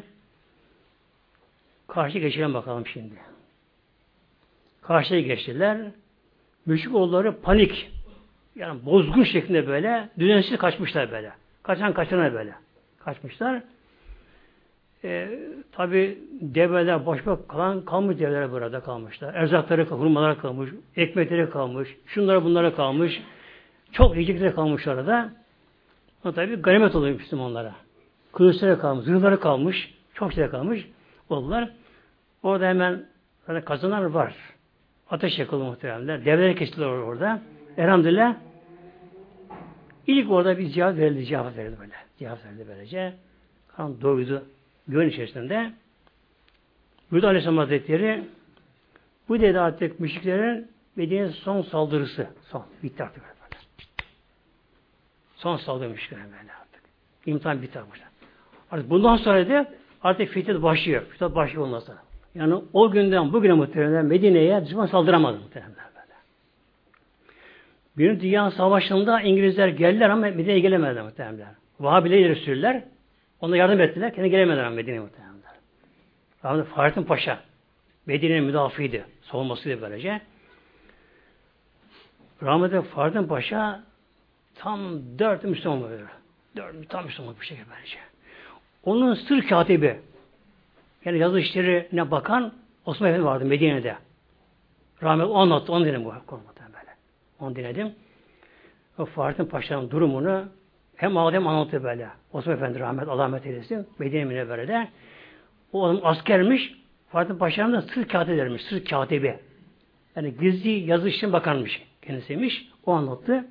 karşı geçelim bakalım şimdi. Karşıya geçtiler. Müşrikoğulları panik. Yani bozgun şeklinde böyle düzensiz kaçmışlar böyle. Kaçan kaçana böyle. Kaçmışlar. Ee, Tabi develer boş boş kalan kalmış develer burada kalmışlar. Erzakları, hurmaları kalmış, ekmekleri kalmış, şunlara bunlara kalmış. Çok yiyecekleri kalmış orada. O tabi ganimet oluyor Müslümanlara. Kılıçları kalmış, zırhları kalmış, çok şey kalmış oldular. Orada hemen kazanlar var. Ateş yakıldı muhtemelen. Develeri kestiler orada. Elhamdülillah ilk orada bir cevap verildi, cevap verildi böyle. Cevap verildi böylece. Kan doydu. Güven içerisinde. Burada Aleyhisselam Hazretleri bu dedi artık müşriklerin Medine'nin son saldırısı. Son. Bitti artık böyle. Son saldırı müşriklerin böyle artık. İmtihan bitti artık. Artık bundan sonra da artık fetih başlıyor. Fetih başlıyor ondan sonra. Yani o günden bugüne muhtemelen Medine'ye düşman saldıramadı muhtemelen böyle. Birinci Dünya Savaşı'nda İngilizler geldiler ama Medine'ye gelemediler muhtemelen. Vahabiler ileri sürdüler. Ona yardım ettiler. Kendi gelemediler Medine'ye muhtemelen. Rahmetli Fahrettin Paşa Medine'nin müdafiydi. Savunmasıydı böylece. Rahmetli Fahrettin Paşa tam dört Müslüman böyle. Dört tam Müslüman bir şekilde böylece. Onun sır katibi yani yazı işlerine bakan Osman Efendi vardı Medine'de. Rahmetli o anlattı. Onu dinledim bu konuda böyle. Onu dinledim. O Fahrettin Paşa'nın durumunu hem Adem anlattı böyle. Osman Efendi rahmet, Allah rahmet eylesin. Medine Münevvere'de. O adam askermiş. Fahrettin Paşa'nın da sır katibilermiş. Sır katibi. Yani gizli yazı işine bakanmış. Kendisiymiş. O anlattı.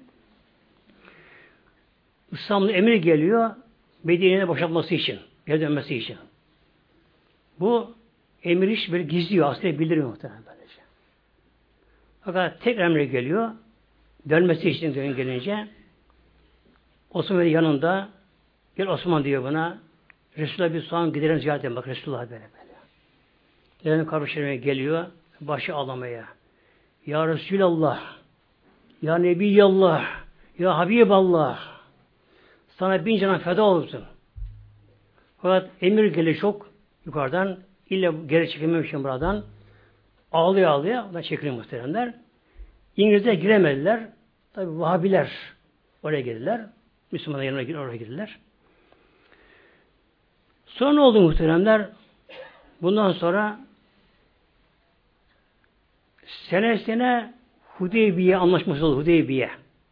İslam'ın emri geliyor. Medine'ye boşaltması için. Geri dönmesi için. Bu emir iş böyle gizliyor. Aslında bildiriyor muhtemelen böylece. Fakat tek emri geliyor. Dönmesi için dön gelince Osman yanında gel Osman diyor buna. Resulullah bir soğan gidelim ziyaret edin. Bak Resulullah böyle böyle. Gidelim kardeşlerime geliyor. Başı ağlamaya. Ya Resulallah. Ya Nebiyallah. Ya Habiballah. Sana bin cana feda olsun. Fakat emir geliyor çok yukarıdan. İlle geri çekilmemişim buradan. Ağlıyor ağlıyor. Ondan çekiliyor muhteremler. İngilizler giremediler. Tabi Vahabiler oraya girdiler. Müslümanlar yanına oraya girdiler. Sonra ne oldu muhteremler? Bundan sonra senesine Hudeybiye anlaşması oldu. Hudeybiye.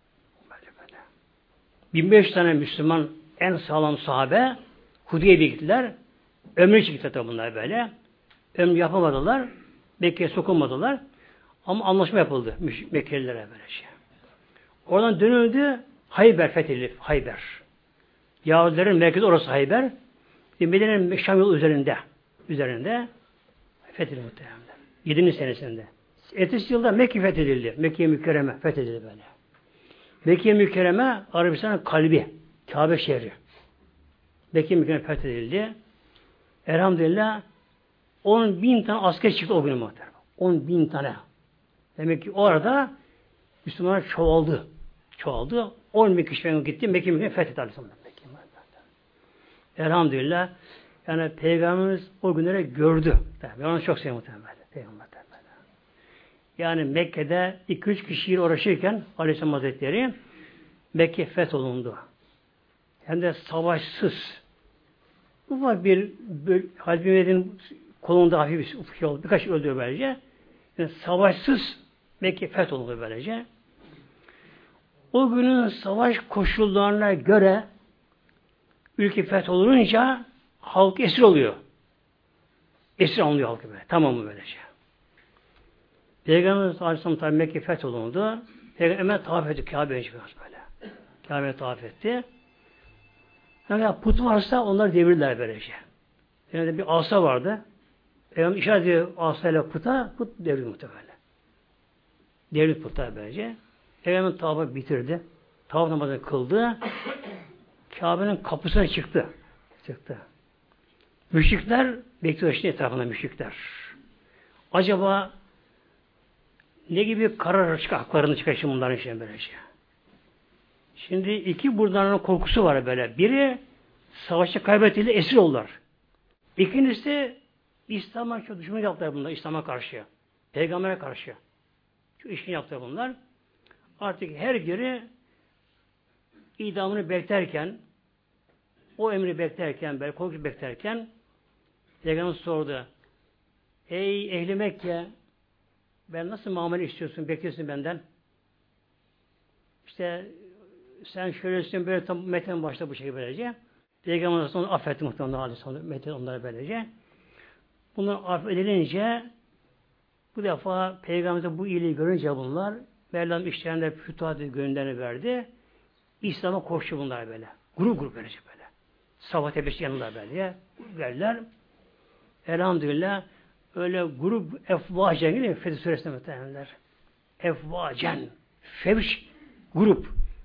bin beş yüz tane Müslüman en sağlam sahabe Hudeybiye gittiler. Ömrü çıktı tabi bunlar böyle. Ömrü yapamadılar. Mekke'ye sokulmadılar. Ama anlaşma yapıldı Mekkelilere böyle şey. Oradan dönüldü Hayber fethedildi. Hayber. Yahudilerin merkezi orası Hayber. Medine'nin Şam yolu üzerinde. Üzerinde fethedildi muhtemelen. yedinci senesinde. Ertesi yılda Mekke fethedildi. Mekke-i Mükerreme fethedildi böyle. Mekke-i Mükerreme Arabistan'ın kalbi. Kabe şehri. Mekke-i Mükerreme fethedildi. Elhamdülillah on bin tane asker çıktı o gün muhtemelen. on bin tane. Demek ki o arada Müslümanlar çoğaldı. Çoğaldı. on bin kişi gitti. Mekke-i Mükerreme fethetti Aleyhisselam. Elhamdülillah. Yani Peygamberimiz o günleri gördü. Ben onu çok seviyorum muhtemelen. Peygamber'den böyle. Yani Mekke'de iki üç kişiyle uğraşırken Aleyhisselam Hazretleri Mekke fetholundu. Hem de savaşsız. Ufak bir Halid bin Velid'in kolunda hafif bir şey oldu. Birkaç öldü böylece. Yani savaşsız Mekke fetholundu böylece. O günün savaş koşullarına göre ülke fetholununca halk esir oluyor. Esir alınıyor halkı böyle. Tamamı böylece. Peygamberimiz Aleyhisselam tabi Mekke fetholundu. Peygamber hemen tavaf etti. Kabe'ye çıkıyor böyle. Kabe'ye tavaf etti. Yani put varsa onlar devirdiler böylece. Yani bir asa vardı. Peygamber işaret ediyor asayla puta, put devrildi muhtemelen. Devrildi puta böylece. Peygamber tavafı bitirdi. Tavaf namazını kıldı. Kabe'nin kapısına çıktı. Çıktı. Müşrikler bekliyor işte etrafında müşrikler. Acaba ne gibi karar çıkar, haklarını çıkar şimdi bunların için böylece. Şimdi iki buradan korkusu var böyle. Biri savaşta kaybettiğinde esir oldular. İkincisi İslam'a çok düşman yaptılar bunlar. İslam'a karşı. Peygamber'e karşı. Şu işini yaptılar bunlar. Artık her biri idamını beklerken o emri beklerken böyle korku beklerken Peygamber sordu. Ey ehli Mekke ben nasıl muamele istiyorsun? Bekliyorsun benden. İşte sen şöylesin böyle tam Mekke'nin başta bu şekilde böylece. Peygamber onu affetti muhtemelen Aleyhisselam. Mekke onları böylece. Bunlar affedilince bu defa Peygamber'de bu iyiliği görünce bunlar Mevlam işlerinde fütuhat gönüllerini verdi. İslam'a koştu bunlar böyle. Grup grup böylece böyle. Sabah tepesi yanında böyle. Geldiler. Elhamdülillah öyle grup efvacen değil mi? Fetih Suresi'nde muhtemelenler. Efvacen. Fevş grup.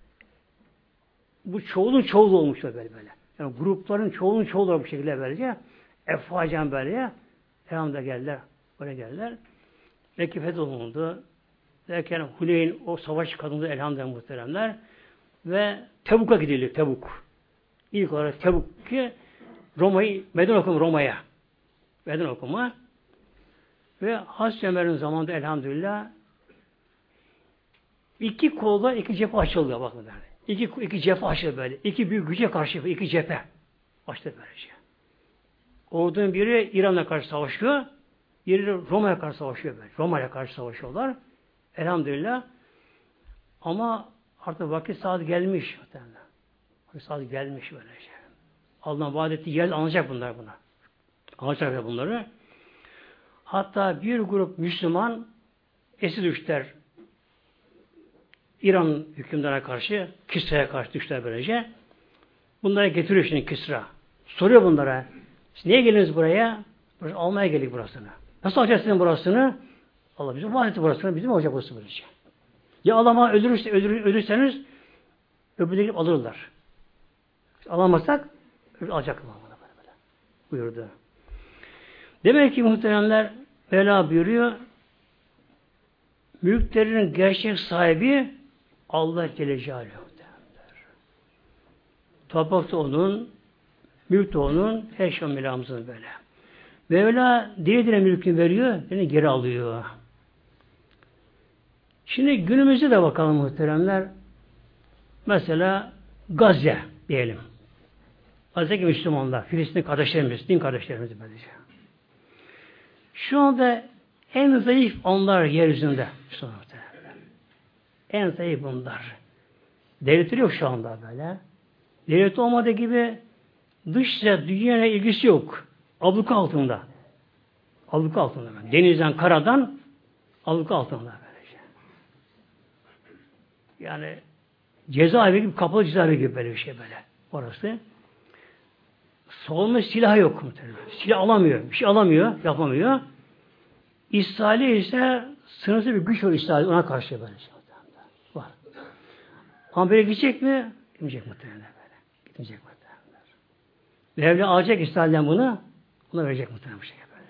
Bu çoğulun çoğulu olmuş böyle böyle. Yani grupların çoğulun çoğulu bu şekilde böylece. Efvacen böyle. Elhamdülillah geldiler. Böyle geldiler. Mekke fetholundu. Derken Huneyn o savaş kadındı elhamdülillah muhteremler. Ve Tebuk'a gidildi. Tebuk. İlk olarak Tebuk ki Roma'yı, meydan okuma Roma'ya. Meydan okuma. Ve Hazreti Ömer'in zamanında elhamdülillah iki kolda iki cephe açıldı. Bakın yani. İki, iki cephe açıldı böyle. İki büyük güce karşı iki cephe açtı böylece. Ordunun biri İran'a karşı savaşıyor. Biri Roma'ya karşı savaşıyor böyle. Roma'ya karşı savaşıyorlar. Elhamdülillah. Ama artık vakit saat gelmiş. Vakit saat gelmiş böylece. Allah'ın vaat ettiği yer alacak bunlar buna. Alacaklar bunları. Hatta bir grup Müslüman esir düştüler. İran hükümdarına karşı, Kisra'ya karşı düştüler böylece. Bunlara getiriyor şimdi Kisra. Soruyor bunlara. Siz niye geldiniz buraya? Burası, almaya geldik burasını. Nasıl alacaksınız burasını? Allah bizim vaat etti burasını. Bizim olacak burası böylece. Ya alama öldürürse, öldür, ölürseniz öbürüne gidip alırlar. Biz alamazsak alacaklar bana böyle böyle. Buyurdu. Demek ki muhteremler Mevla buyuruyor. Mülklerin gerçek sahibi Allah Celle Celaluhu. Toprak da onun, mülk de onun, her şey Mevlamızın böyle. Mevla dile dile mülkünü veriyor, beni geri alıyor. Şimdi günümüzde de bakalım muhteremler. Mesela Gazze diyelim. Gazze'deki Müslümanlar, Filistin kardeşlerimiz, din kardeşlerimiz böylece. Şu anda en zayıf onlar yeryüzünde. En zayıf bunlar. Devletleri yok şu anda böyle. Devlet olmadığı gibi dışta dünyaya ilgisi yok. Abluka altında. Abluka altında. Denizden, karadan abluka altında böylece. Yani cezaevi gibi, kapalı cezaevi gibi böyle bir şey böyle. Orası. Savunma silahı yok. Silah alamıyor. Bir şey alamıyor. Yapamıyor. İsrail'e ise sınırsız bir güç var İsrail. Ona karşı böyle şey. Var. Ama böyle gidecek mi? Gitmeyecek muhtemelen böyle. Gitmeyecek muhtemelen. Mevla alacak İsrail'den bunu. Ona verecek muhtemelen bu şey böyle.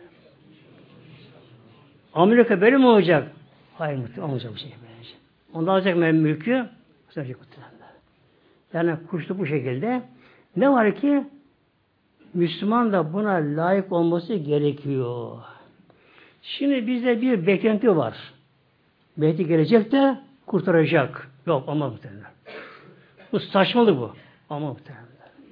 Amerika böyle mi olacak? Hayır muhtemelen olmayacak bu şey böyle. Onda alacak mülkü. Verecek muhtemelen. Yani kuşlu bu şekilde. Ne var ki Müslüman da buna layık olması gerekiyor. Şimdi bizde bir beklenti var. Mehdi gelecek de kurtaracak. Yok ama muhtemelen. Bu saçmalık bu. Ama muhtemelen.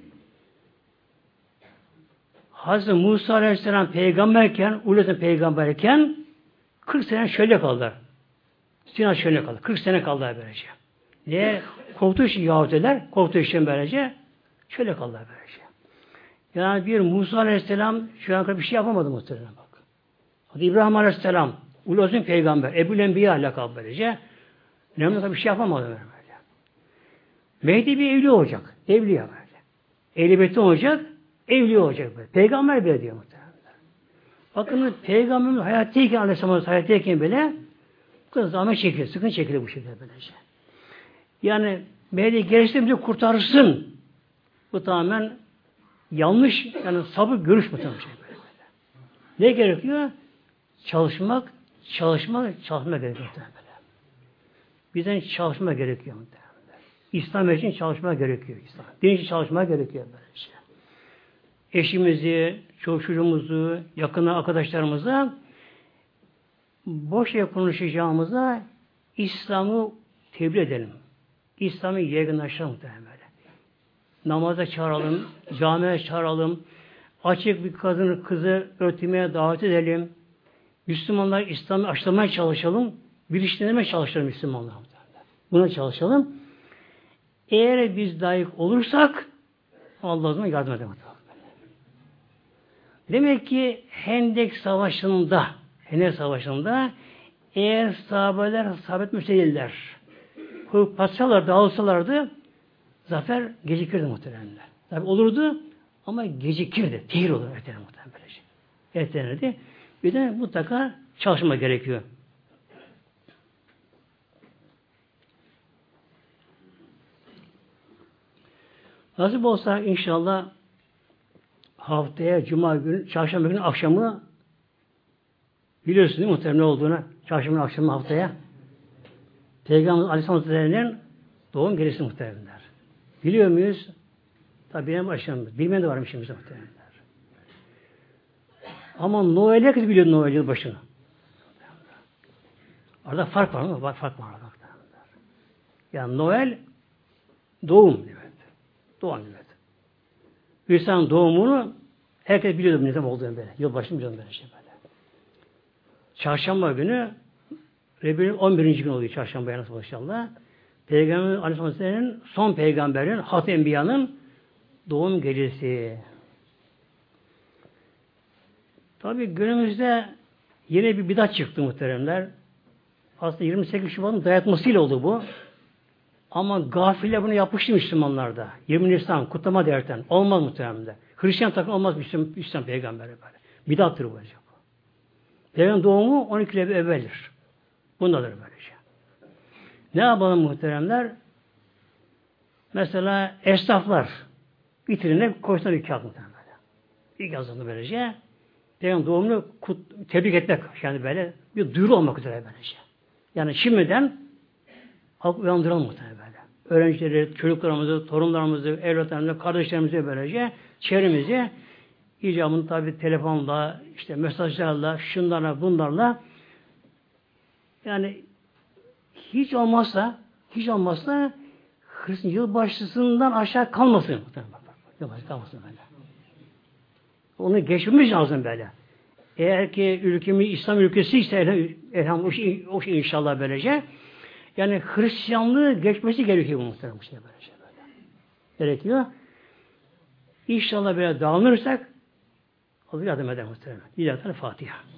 Hazreti Musa Aleyhisselam peygamberken, Uludun peygamberken kırk sene şöyle kaldılar. Sina şöyle kaldı. kırk sene kaldılar böylece. Niye? Korktuğu için Yahudiler, korktuğu için böylece şöyle kaldılar böylece. Yani bir Musa Aleyhisselam şu an kadar bir şey yapamadı muhtemelen bak. Hadi İbrahim Aleyhisselam, Uludun peygamber, Ebu'l Enbiya lakabı böylece. Nemrut'a bir şey yapamadı böyle. Mehdi bir evli olacak. Evliya böyle. Ehlibeti olacak, evli olacak böyle. Peygamber bile diyor muhtemelen. Bakın Peygamberimiz hayattayken, Aleyhisselam hayattayken bile bu kadar zahmet çekiyor, sıkıntı çekiyor bu şekilde böylece. Yani Mehdi gelirse bizi kurtarsın. Bu tamamen yanlış, yani sabır görüş bu tamamen. Böyle. Ne gerekiyor? Çalışmak, çalışmak, çalışmak gerekiyor. Böyle. Bizden çalışma gerekiyor. İslam için çalışma gerekiyor. İslam. Din için çalışma gerekiyor. Böylece. Eşimizi, çocuğumuzu, yakın arkadaşlarımıza boş yere konuşacağımıza İslam'ı tebliğ edelim. İslam'ı yaygınlaştıralım. Böyle. Namaza çağıralım, camiye çağıralım, açık bir kadını, kızı örtmeye davet edelim. Müslümanlar İslam'ı aşılamaya çalışalım, bilinçlenmeye çalışalım Müslümanlar. Buna çalışalım. Eğer biz layık olursak Allah'ın yardım eder. Demek ki Hendek Savaşı'nda Hendek Savaşı'nda eğer sahabeler sabit müstehiller patsalar, dağılsalardı zafer gecikirdi muhtemelen. Tabi olurdu ama gecikirdi. Tehir olur ertelen muhtemelen böylece. Ertelenirdi. Bir de mutlaka çalışma gerekiyor. Nasip olsa inşallah haftaya Cuma günü, Çarşamba günü akşamı biliyorsunuz değil mi muhtemelen ne olduğunu? Çarşamba günü akşamı haftaya Peygamber Aleyhisselam Hazretleri'nin doğum gecesi muhtemelenler. Biliyor muyuz? Tabi benim başımda. Bilmeyen de varmış şimdi muhtemelenler. Ama Noel'e herkes biliyor Noel yılbaşını. Arada fark var mı? Var, fark var. Yani Noel doğum evet. Doğum evet. İnsanın doğumunu herkes biliyordu ne zaman olduğunu böyle. Yılbaşını biliyordu böyle şey böyle. Çarşamba günü Rebbi'nin on birinci gün oluyor çarşamba nasıl inşallah. Peygamber Aleyhisselam'ın son peygamberin Hat-ı Enbiya'nın doğum gecesi. Tabi günümüzde yine bir bidat çıktı muhteremler. Aslında yirmi sekiz Şubat'ın dayatmasıyla oldu bu. Ama gafiller bunu yapmıştı Müslümanlarda. yirmi Nisan kutlama derken. Olmaz muhteremler. Hristiyan takım olmaz Müslüman, Müslüman peygamberi böyle. Bidattır bu. Peygamber doğumu on iki yıl evveldir. Bundadır böylece. Ne yapalım muhteremler? Mesela esnaflar vitrine koysunlar iki kağıt muhterem böyle. İlk yazıldı böylece. Peygamber doğumunu kut, tebrik etmek yani böyle bir duyuru olmak üzere böylece. Yani şimdiden halk uyandıralım muhtemelen böyle. Öğrencileri, çocuklarımızı, torunlarımızı, evlatlarımızı, kardeşlerimizi böylece çevremizi icabını tabi telefonla, işte mesajlarla, şunlarla, bunlarla yani hiç olmazsa hiç olmazsa Hristiyan yılbaşısından aşağı kalmasın. Yılbaşı kalmasın böyle. Onu geçmemiz lazım böyle. Eğer ki ülkemiz İslam ülkesi ise elhamdülillah o şey, o şey inşallah böylece yani Hristiyanlığı geçmesi gerekiyor bu muhtemelen bu şey böylece böyle. Gerekiyor. İnşallah böyle dağılırsak Allah yardım eder muhtemelen. İlahi Fatiha.